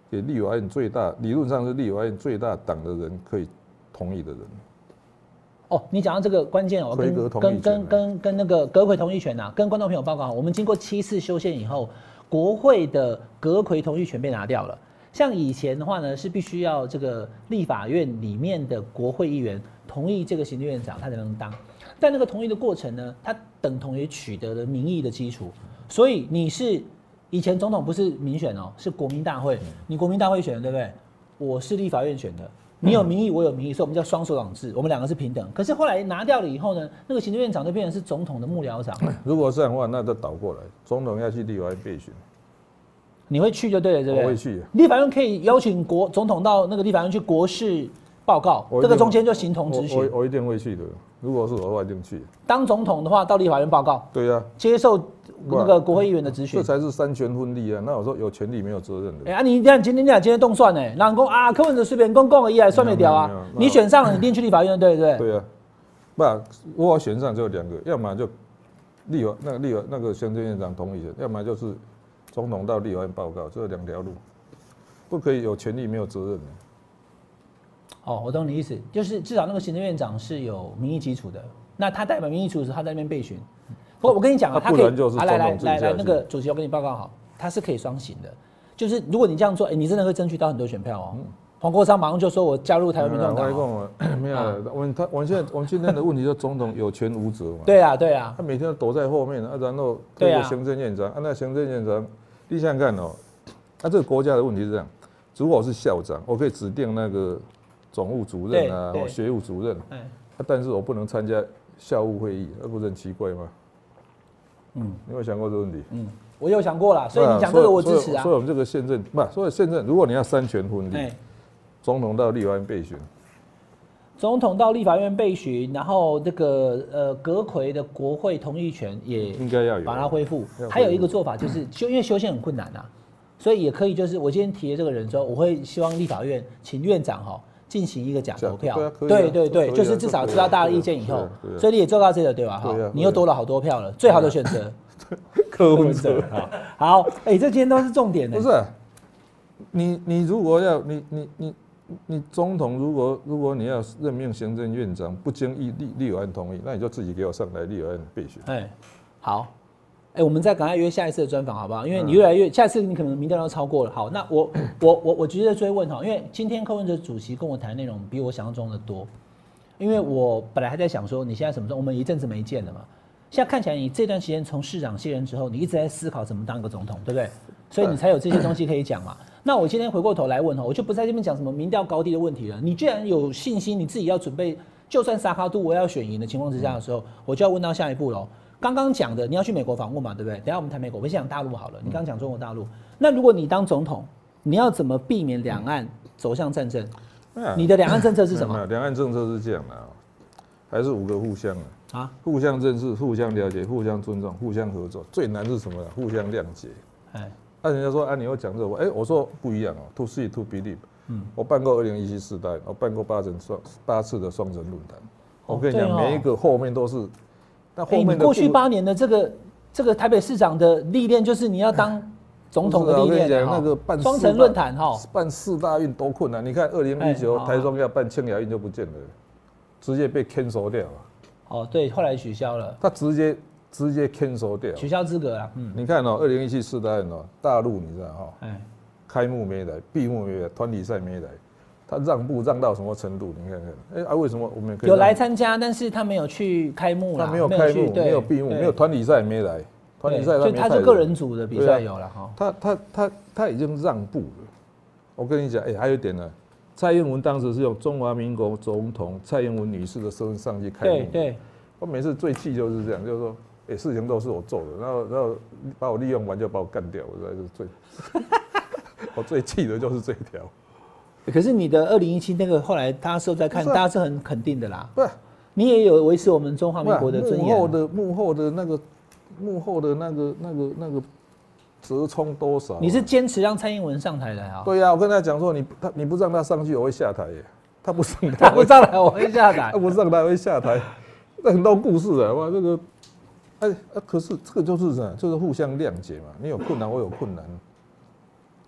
给立法院最大，理论上是立法院最大党的人可以同意的人。 哦，你讲到这个关键哦， 规格同意权、啊、 跟跟跟跟那个阁揆同意权呐、啊，跟观众朋友报告，我们经过七次修宪以后，国会的阁揆同意权被拿掉了。像以前的话呢，是必须要这个立法院里面的国会议员同意这个行政院长，他才能当。但那个同意的过程呢，它等同于取得了民意的基础。所以你是以前总统不是民选哦，是国民大会，你国民大会选的对不对？我是立法院选的。你有民意，我有民意，所以我们叫双首长制，我们两个是平等。可是后来拿掉了以后呢，那个行政院长就变成是总统的幕僚长。 如果是这样的话，那就倒过来，总统要去立法院备询， 你会去就对了，对不对？ 我会去。 立法院可以邀请国总统到那个立法院去国事报告，这个中间就形同质询。 我我一定会去的，如果是我的话，一定去。 当总统的话，到立法院报告。 对呀、啊， 接受那个国会议员的质询， 这才是三权分立啊！那我说有权利没有责任的。 哎、欸、啊，你这样今天讲今天动算呢？人讲啊，柯文哲随便公共而已，算没掉啊。你选上了，你一定去立法院，对不对？ 对啊，不然我选上就有两个，要么就立法那个立法那个行政院长同意的，要么就是总统到立法院报告，这两条路，不可以有权利没有责任的。 哦，我懂你意思，就是至少那个行政院长是有民意基础的，那他代表民意基础时，他在那边备询。不过我跟你讲啊，他可以啊，来来来来，那个主席，我跟你报告好，他是可以双行的，就是如果你这样做，哎、欸，你真的会争取到很多选票哦。嗯、黄国昌马上就说我加入台湾民众党、哦。 没有，我们他我们现在我们今天的问题就是总统有权无责嘛。 对啊对啊， 他每天都躲在后面啊，然后对着行政院长，啊，那行政院长，你想想看哦，那、啊、这个国家的问题是这样，如果我是校长，我可以指定那个总务主任啊或学务主任，啊，但是我不能参加校务会议，那不是很奇怪吗？嗯，你有没有想过这个问题？嗯， 我有想过啦，所以你讲这个我支持啊。 所以我们这个宪政不，所以宪政，如果你要三权分立，欸、总统到立法院备询， 总统到立法院备询，然后这个呃阁揆的国会同意权也应该要有， 把它恢复。还有一个做法就是修，因为修宪很困难啊，所以也可以就是我今天提的这个人说，我会希望立法院请院长哈。进行一个假投票，对对对，就是至少知道大家的意见以后，所以你也做到这个对吧？哈，你又多了好多票了，最好的选择， 柯文哲。 好，哎，这今天都是重点的。 不是，你你如果要你你你你总统如果如果你要任命行政院长，不经立立立法院同意，那你就自己给我上来立法院备询。 哎，好。哎、欸，我们再赶快约下一次的专访，好不好？因为你越来越，下一次你可能民调都超过了。好，那我我我我直接追问哈，因为今天柯文哲主席跟我谈内容比我想象中的多，因为我本来还在想说你现在什么时候，我们一阵子没见了嘛，现在看起来你这段时间从市长卸任之后，你一直在思考怎么当一个总统，对不对？所以你才有这些东西可以讲嘛。那我今天回过头来问哈，我就不在这边讲什么民调高低的问题了。你既然有信心，你自己要准备，就算萨卡都我要选赢的情况之下的时候，我就要问到下一步喽。刚刚讲的，你要去美国访问嘛，对不对？等一下我们谈美国，我们先讲大陆好了。你刚刚讲中国大陆，那如果你当总统，你要怎么避免两岸走向战争？你的两岸政策是什么？ 两岸政策是这样的啊，还是五个互相啊？ 啊， 互相认识、互相了解、互相尊重、互相合作。最难是什么呢？互相谅解。哎，那人家说啊，你要讲这个，哎，我说不一样哦 ，to see to believe。嗯，我办过二零一七世代，我办过八城双八次的双城论坛。我跟你讲，每一个后面都是。那后面的、 欸、你过去八年的这个这个台北市长的历练，就是你要当总统的历练。 那个办双城论坛哈， 办四大运多困难。你看二零一九台中要办庆雅运就不见了，直接被 cancel 掉了。 哦，对，后来取消了。 他直接直接 cancel 掉， 取消资格了。嗯， 你看哦，二零一七四大运哦，大陆你知道哈，哎，开幕没来，闭幕没来，团体赛没来。他让步让到什么程度？你看看，哎、欸、啊，为什么我们可以有来参加，但是他没有去开幕啦， 他没有开幕，没有闭幕，没有团体赛也没来，团体赛他没他是个人组的比赛有了哈。 他他他他已经让步了。我跟你讲，哎、欸，还有一点呢，蔡英文当时是用中华民国总统蔡英文女士的身份上去开幕。 对对。 我每次最气就是这样，就是说，哎、欸，事情都是我做的，然后然后把我利用完就把我干掉，我实在是最，我最气的就是这一条。 可是你的二零一七那个后来大家事后在看，大家是很肯定的啦。 不是， 你也有维持我们中华民国的尊严。 幕后的幕后的那个幕后的那个那个那个折冲多少、啊？ 你是坚持让蔡英文上台的啊？ 对呀、啊，我跟他讲说，你他你不让他上去，我会下台耶。他不上台， 他不上来，我会下台。 他不上台，我会下台。那很多故事啊，哇，这个，哎、啊，可是这个就是啥？就是互相谅解嘛。你有困难，我有困难。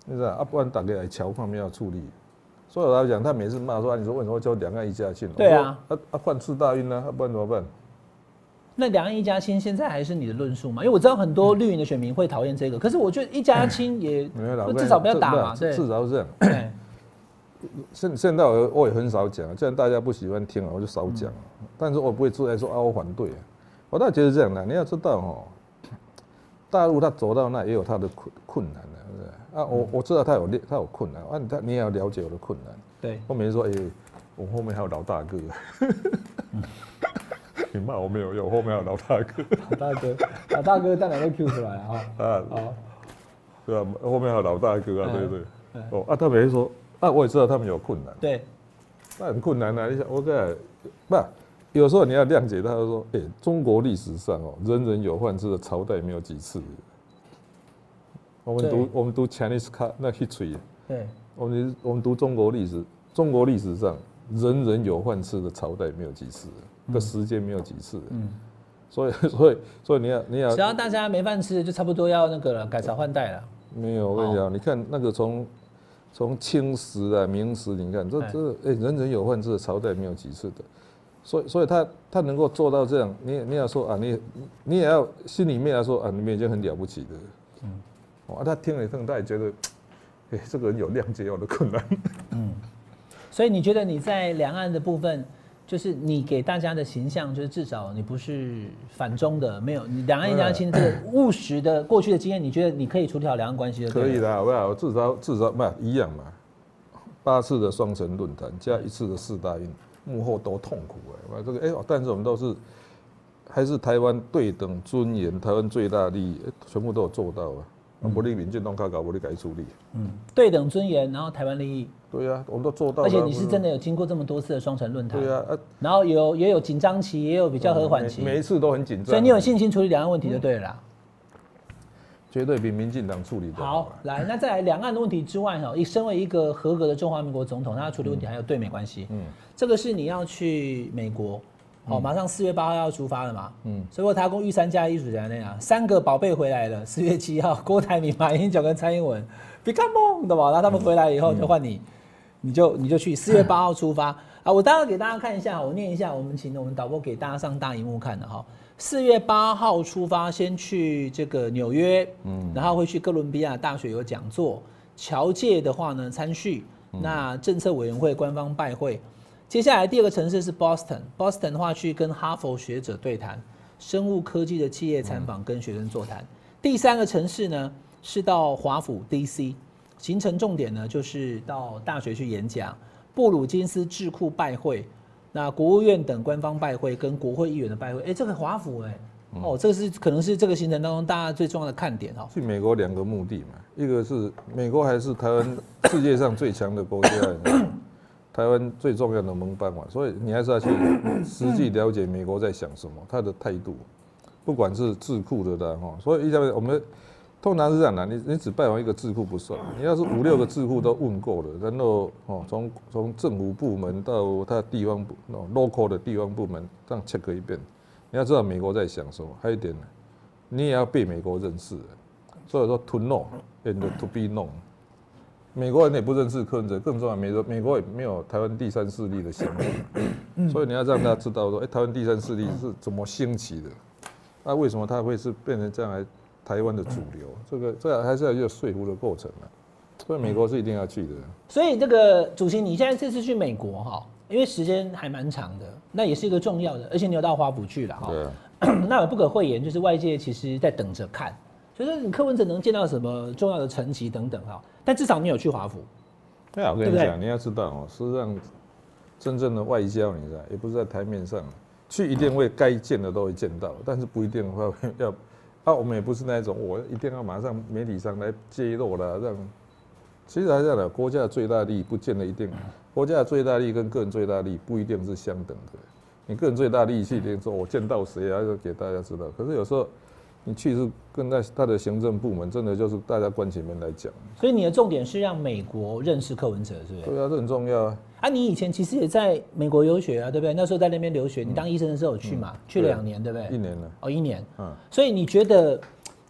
你知道啊？不然大家来瞧看没有处理。所以我来讲，他每次骂说啊，你说为什么叫两岸一家亲？ 对啊， 啊啊换四大运呢、啊，不然怎么办？ 那两岸一家亲现在还是你的论述嘛？因为我知道很多绿营的选民会讨厌这个，可是我觉得一家亲也至少不要打嘛，对， 至少是这样。现现在我我也很少讲，既然大家不喜欢听啊，我就少讲。嗯、但是我不会出来说啊，我反对、啊。我倒觉得这样的，你要知道哦，大陆他走到那也有他的困困难的、啊，对不对？啊，我我知道他有他有困难，啊，他你也要了解我的困难。 对， 后面说，哎、欸，我后面还有老大哥。嗯你骂我没有用，后面还有老大哥。 老大哥，老大哥当然会 Q 出来啊。啊， 好，对啊，后面还有老大哥啊，对不对？哦啊，他每次说啊，我也知道他们有困难。 对， 那很困难啊！你想，我跟不，有时候你要谅解他说，哎、欸，中国历史上哦，人人有饭吃的朝代没有几次。我们读我们读 Chinese 卡那 history， 对，我们我们读中国历史，中国历史上人人有饭吃的朝代没有几次。个时间没有几次，嗯，所以所以所以你要你要， 只要大家没饭吃，就差不多要那个了，改朝换代了。 没有，我跟你讲，你看那个从从清时啊、明时，你看这这哎、欸，人人有饭吃的朝代没有几次的，所以所以他他能够做到这样，你你要说啊，你你也要心里面来说啊，你们已经很了不起的，嗯，哦，他听了以后，他也觉得，哎、欸，这个人有谅解我的困难， 嗯，所以你觉得你在两岸的部分？就是你给大家的形象，就是至少你不是反中的，没有你两岸一家亲这个务实的过去的经验，你觉得你可以处理好两岸关系的？ 可以的，好不好？至少至少不一样嘛。八次的双城论坛加一次的四大运，幕后都痛苦哎。这个哎，但是我们都是还是台湾对等尊严，台湾最大利益，全部都有做到啊。不利民进党卡搞，不利改处理。 嗯，对等尊严，然后台湾利益。 对啊，我们都做到了。 而且你是真的有经过这么多次的双城论坛。 对啊， 然后有也有紧张期，也有比较和缓期、 嗯每，每一次都很紧张。 所以你有信心处理两岸问题就对了啦。 绝对比民进党处理的好。 好，来，那再来两岸的问题之外哈，身为一个合格的中华民国总统，他处理问题还有对美关系。嗯，这个是你要去美国。好，马上四月八号要出发了嘛，嗯，所以我台公御三家艺术家那样，三个宝贝回来了。四月七号，郭台铭、马英九跟蔡英文 ，become 的嘛，然后他们回来以后就换你，你就你就去四月八号出发啊。我待会给大家看一下，我念一下，我们请我们导播给大家上大荧幕看的哈。四月八号出发，先去这个纽约，嗯，然后会去哥伦比亚大学有讲座，侨界的话呢参叙，那政策委员会官方拜会。接下来第二个城市是 Boston，Boston 的话去跟哈佛学者对谈，生物科技的企业参访跟学生座谈。第三个城市呢是到华府 D C， 行程重点呢就是到大学去演讲，布鲁金斯智库拜会，那国务院等官方拜会跟国会议员的拜会。哎、欸，这个华府哎、欸，哦，这个是可能是这个行程当中大家最重要的看点哦。 去美国两个目的嘛，一个是美国还是台湾世界上最强的国家。台湾最重要的盟邦嘛，所以你还是要去实际了解美国在想什么，他的态度，不管是智库的啦哈，所以一下我们通常是这样的，你你只拜访一个智库不算，你要是五六个智库都问过了，然后哦从从政府部门到他地方部 local 的地方部门这样 check 一遍，你要知道美国在想什么，还有一点呢，你也要被美国认识，所以说 to know and to be known。美国人也不认识柯文哲，更重要，美国美国也没有台湾第三势力的想法，所以你要让大家知道说，哎、欸，台湾第三势力是怎么兴起的，那、啊、为什么它会是变成这样来台湾的主流？这个这还是要有说服的过程嘛，所以美国是一定要去的。 所以这个主席，你现在这次去美国哈，因为时间还蛮长的，那也是一个重要的，而且你有到华府去了哈， 对啊，那有不可讳言，就是外界其实在等着看。就是你柯文哲能见到什么重要的成绩等等哈，但至少你有去华府。 对啊，我跟你讲，你要知道哦，事实上真正的外交，你知道，也不是在台面上，去一定会该见的都会见到，但是不一定会要啊，我们也不是那种我一定要马上媒体上来揭露啦，让其实还是这样的，国家的最大利益不见得一定，国家的最大利益跟个人最大利益不一定是相等的。你个人最大利益是一定说我见到谁啊，要给大家知道，可是有时候。你去是跟他他的行政部门，真的就是大家关起门来讲。 所以你的重点是让美国认识柯文哲，是不是？ 对啊，这很重要啊。 啊，你以前其实也在美国留学啊，对不对？那时候在那边留学，你当医生的时候有去嘛？嗯、去了两年，对不对？ 一年了。 哦，一年。嗯。所以你觉得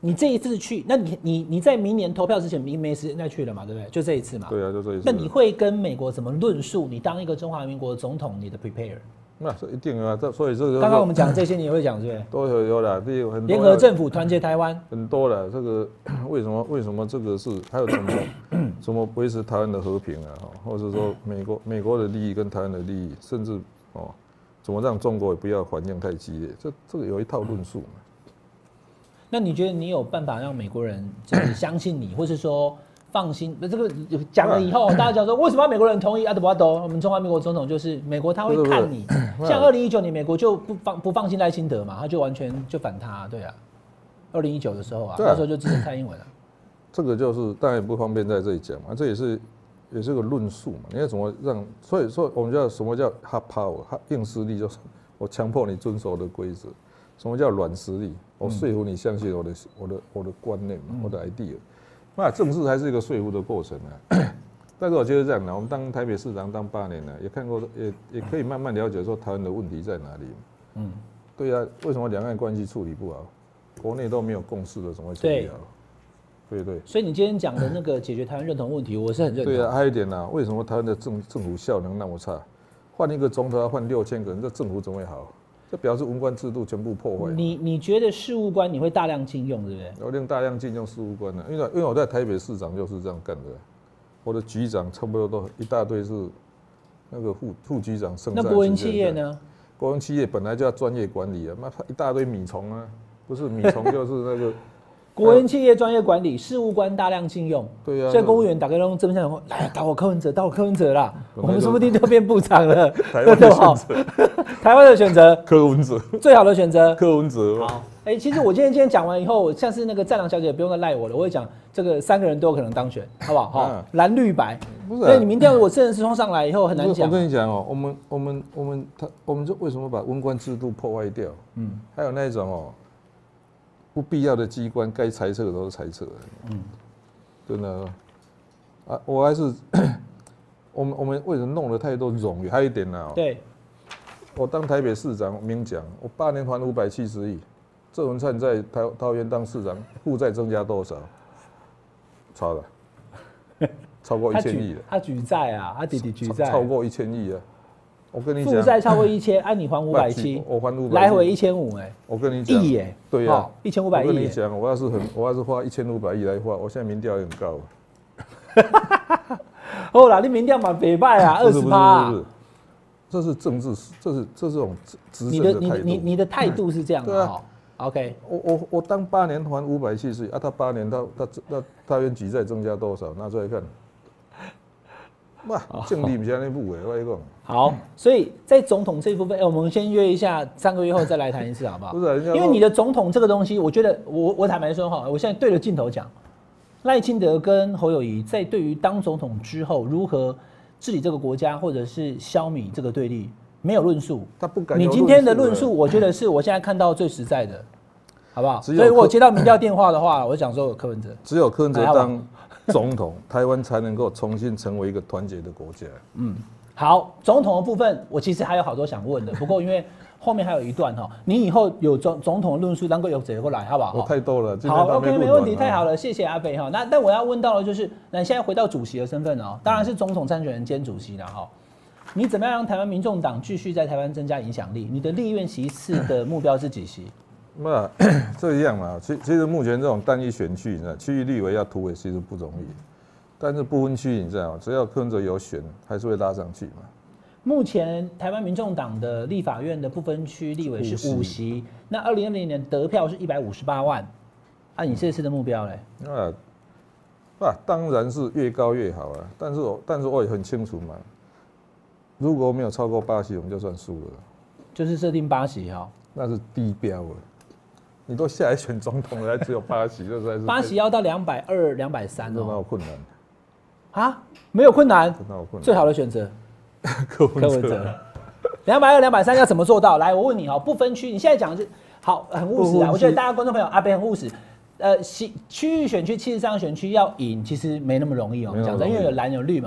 你这一次去，那你你你在明年投票之前，你没时间再去了嘛，对不对？就这一次嘛。 对啊，就这一次。 那你会跟美国怎么论述你当一个中华民国总统你的 prepare？ 那是一定啊，这所以这个刚刚我们讲这些，你也会讲对不对？ 都有有啦，第一个很多联合政府团结台湾， 很多了。这个为什么为什么这个是还有怎么怎么维持台湾的和平啊？或者说美国美国的利益跟台湾的利益，甚至哦怎么让中国也不要反应太激烈？这这个有一套论述嘛。 那你觉得你有办法让美国人就是相信你，或是说放心？这个讲了以后，大家讲说为什么要美国人同意阿德巴多？我们中华民国总统就是美国，他会看你。像二零一九年，美国就不放不放心赖清德嘛，他就完全就反他，对啊。二零一九的时候啊，那时候就支持蔡英文了。 这个就是当然也不方便在这里讲嘛，这也是也是个论述嘛。你要怎么让？所以说我们叫什么叫 hard power？ 硬实力就是我强迫你遵守我的规则。什么叫软实力？我说服你相信我的我的我的观念嘛，我的 idea。那政治还是一个说服的过程啊。但是我觉得这样的，我们当台北市长当八年了，也看过，也也可以慢慢了解说台湾的问题在哪里。嗯，对啊，为什么两岸关系处理不好？国内都没有共识的，怎么会处理好？对对。 所以你今天讲的那个解决台湾认同问题，我是很认同。 对啊，还有一点呢、啊，为什么台湾的政政府效能那么差？换一个总统要换六千个人，这政府怎么会好？这表示文官制度全部破坏。 你你觉得事务官你会大量禁用，对不对？ 我令大量禁用事务官的，因为因为我在台北市长就是这样干的，我的局长差不多都一大堆是那个副副局长升上去。 那国营企业呢？ 国营企业本来就要专业管理啊，妈一大堆米虫啊，不是米虫就是那个。 国营企业专业管理，事务官大量禁用。 对呀、啊。 所以公务员打开用这边讲说，来打我柯文哲，打我柯文哲啦，我们说不定就变部长了。 台湾的选择， 台湾的选择， 柯文哲最好的选择， 柯文哲。 好，哎、欸，其实我今天今天讲完以后，像是那个战狼小姐不用再赖我了，我会讲这个三个人都有可能当选，好不好？好，蓝绿白。不是、啊，所以你民调如果真人实冲上来以后很难讲。 我跟你讲哦，我们我们我们他我们就为什么把文官制度破坏掉？嗯，还有那种哦。不必要的机关，该裁撤的都是裁撤。嗯，真的啊，我还是我们我们为什么弄了太多冗余？还有一点呢、喔， 对， 我当台北市长明讲，我八年还五百七十亿，郑文灿在桃桃园当市长，负债增加多少？超了，超过一千亿了。 他举债啊，他弟弟举债， 超过一千亿啊！我跟你讲， 负债超过一千，按你还五百七， 我还五百， 来回一千五，哎， 我跟你讲， 亿哎， 对呀， 一千五百亿。 我跟你讲，我要是很，我要是花一千五百亿来花，我现在民调也很高。啊哦啦，你民调蛮北败啊，二十趴。不是， 这是政治，这是这是种执政的态度。你的你你的态度是这样的哈。OK， 我我我当八年还五百七十亿啊，他八年他他他他原举债增加多少？拿出来看。哇，净利不是那部哎，我跟你讲。 好，所以在总统这一部分，欸、我们先约一下，三个月后再来谈一次，好不好？ 不是、啊， 因为你的总统这个东西，我觉得我我坦白说哈，我现在对着镜头讲，赖清德跟侯友宜在对于当总统之后如何治理这个国家，或者是消弭这个对立，没有论述。 他不敢。 你今天的论述，我觉得是我现在看到最实在的，好不好？所以我接到民调电话的话，我讲说有柯文哲， 只有柯文哲当总统，台湾才能够重新成为一个团结的国家。嗯， 好，总统的部分我其实还有好多想问的，不过因为后面还有一段哈，你以后有总总统的论述，能够有谁过来，好不好？ 我太多了， 好 ，OK， 没问题，太好了，谢谢阿北哈。那但我要问到的就是，那你现在回到主席的身份哦，当然是总统参选人兼主席了哈。你怎么样让台湾民众党继续在台湾增加影响力？你的立院席次的目标是几席？ 那这样嘛，其其实目前这种单一选区，你知道，区域立委要突围其实不容易，但是不分区，你知道，只要柯文哲有选，还是会拉上去嘛。 目前台湾民众党的立法院的不分区立委是五席，那二零二零年得票是一百五十八万，啊，你这次的目标嘞？ 啊，啊，当然是越高越好啊，但是我但是我也很清楚嘛，如果没有超过八席，我们就算输了。 就是设定八席哈， 那是低标了。你都下来选总统了，还只有八席，这才是八席要到两百二、两百三哦， 那有困难啊？没有困难， 那有困难， 最好的选择柯文哲。 两百二、两百三要怎么做到？来，我问你哈，不分区，你现在讲的是好，很务实啊。我觉得大家观众朋友阿北很务实。呃，区域选区、七十三个选区要赢，其实没那么容易哦。我们讲真，因为有蓝有绿嘛哈。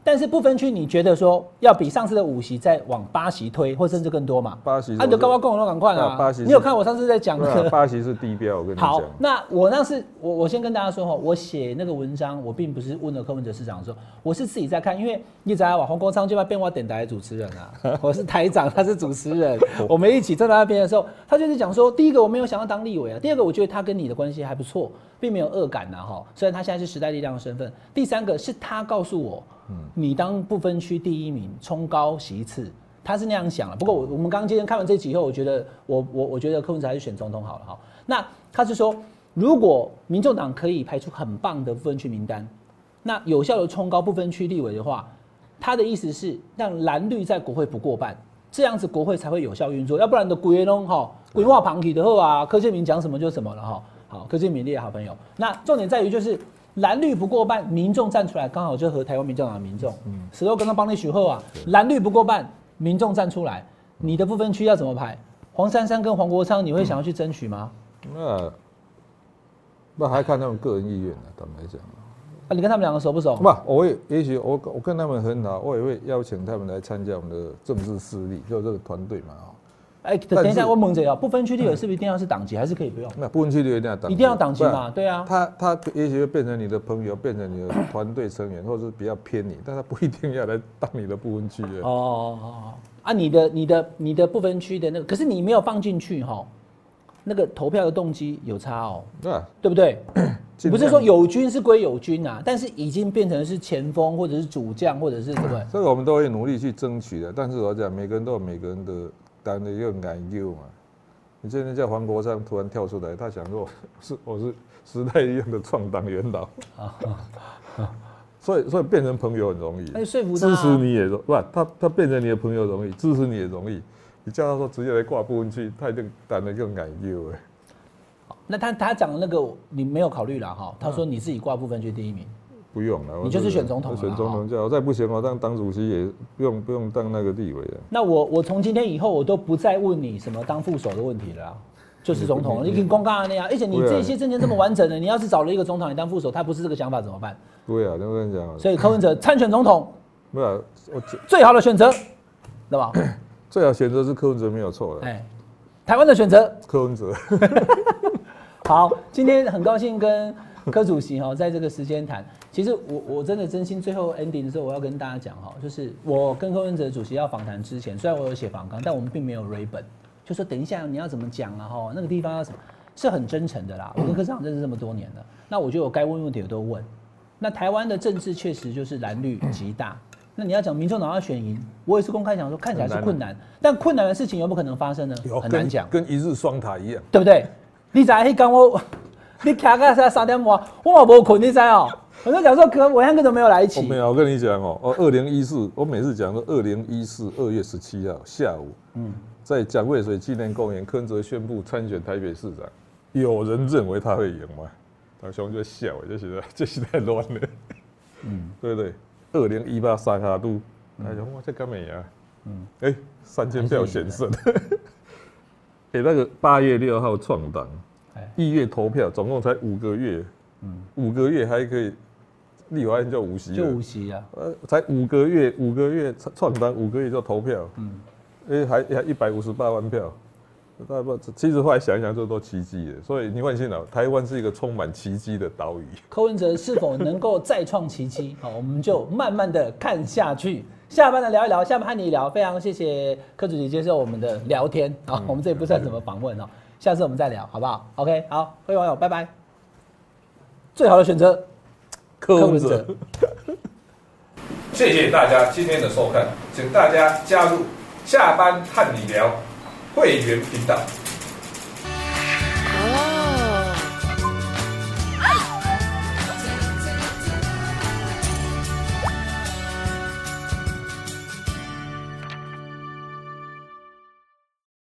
但是不分区，你觉得说要比上次的五席再往八席推，或甚至更多嘛？ 八席， 啊，你就高高共同赶快啊！ 八席， 你有看我上次在讲的、 啊？八席是低标，我跟你讲。 好，那我那是我我先跟大家说哈，我写那个文章，我并不是问了柯文哲市长的时候，我是自己在看，因为你知道吧，黄国昌就要变我电台主持人啊，我是台长，他是主持人，我们一起站在那边的时候，他就是讲说，第一个我没有想要当立委啊，第二个我觉得他跟你的关系还不错，并没有恶感呐哈，虽然他现在是时代力量的身份，第三个是他告诉我。嗯、你当不分区第一名，冲高席次，他是那样想了。不过我我们刚刚今天看完这集以后，我觉得我我我觉得柯文哲还是选总统好了哈。那他是说，如果民众党可以排出很棒的不分区名单，那有效的冲高不分区立委的话，他的意思是让蓝绿在国会不过半，这样子国会才会有效运作，要不然的鬼龙哈鬼话旁体的后啊，柯建铭讲什么就什么了哈。好，柯建铭你的好朋友，那重点在于就是。蓝绿不过半，民众站出来，刚好就和台湾民众党的民众，时候刚刚帮你许后啊，蓝绿不过半，民众站出来，你的不分区要怎么排？黄珊珊跟黄国昌，你会想要去争取吗？ 那那还看他们个人意愿呢，坦白讲。 啊，你跟他们两个熟不熟？ 不，我也也许我我跟他们很好，我也会邀请他们来参加我们的政治势力，就这个团队嘛。 哎，等一下，我问一下，不分区立委是不是一定要是党籍，还是可以不用？ 那不分区立委一定要党籍， 一定要党籍嘛？对啊。 他他也许会变成你的朋友，变成你的团队成员，或者是比较偏你，但他不一定要来当你的不分区的。哦哦哦啊，你的你的你的不分区的那个，可是你没有放进去哈，那个投票的动机有差哦，啊、对不对？不是说友军是归友军啊，但是已经变成是前锋或者是主将或者是对不对？ 这个我们都会努力去争取的，但是我讲每个人都有每个人的当的一个研究嘛。你现在叫黄国昌突然跳出来，他想说是我是时代力量的创党元老，所以所以变成朋友很容易， 哎，说服他、 支持你也容不，他他变成你的朋友容易，支持你也容易。你叫他说直接来挂不分区，他一定当得更研究哎。 那他他讲的那个你没有考虑了哈？他说你自己挂不分区第一名， 不用了， 你就是选总统了， 选总统就好，再不行我当党主席也不用不用当那个立委了。 那我我从今天以后我都不再问你什么当副手的问题了啦，就是总统，你已经公告那样，而且你这些证件这么完整的，你要是找了一个总统你当副手，他不是这个想法怎么办？ 对啊，我跟你讲， 所以柯文哲参选总统， 没有我最好的选择，对吧？ 最好选择是柯文哲没有错的，哎， 台湾的选择柯文哲。 好，今天很高兴跟柯主席哈在这个时间谈。其实我我真的真心最后 ending 的时候，我要跟大家讲哈，就是我跟柯文哲主席要访谈之前，虽然我有写访纲，但我们并没有 read 本，就说等一下你要怎么讲啊哈，那个地方要什么，是很真诚的啦。我跟柯市长认识这么多年了，那我觉得我该问问题我都问。那台湾的政治确实就是蓝绿极大。那你要讲民众党要选赢，我也是公开讲说看起来是困难，但困难的事情有没有可能发生呢？很难讲， 跟一日双塔一样， 对不对？你在迄讲我，你徛到三三点半，我嘛无困，你知哦？我就讲说，可伟汉哥都没有来一起。 我没有，我跟你讲哦，哦，二零一四，我每次讲说二零一四二月十七号下午，嗯，在蒋渭水纪念公园，柯文哲宣布参选台北市长，有人认为他会赢吗？大兄就笑，这是这是太乱了，嗯，对不对？二零一八沙卡都，大兄我这干咩啊？嗯，哎、欸，三千票险胜。哎、欸，那个八月六号创党，一月投票，总共才五个月，嗯，五个月还可以，立法院就五席， 就五席啊， 呃，才五个月，五个月创党，五个月就投票，嗯，哎、欸，还还一百五十八万票，大不，其实后来想一想，这都奇迹了。所以你放心了，台湾是一个充满奇迹的岛屿。 柯文哲是否能够再创奇迹？好，我们就慢慢的看下去。下班的聊一聊，下班和你聊，非常谢谢柯主席接受我们的聊天啊、嗯，我们这也不算什么访问哦，下次我们再聊，好不好 ？OK， 好，各位网友，拜拜。最好的选择，柯文哲。 谢谢大家今天的收看，请大家加入下班和你聊会员频道。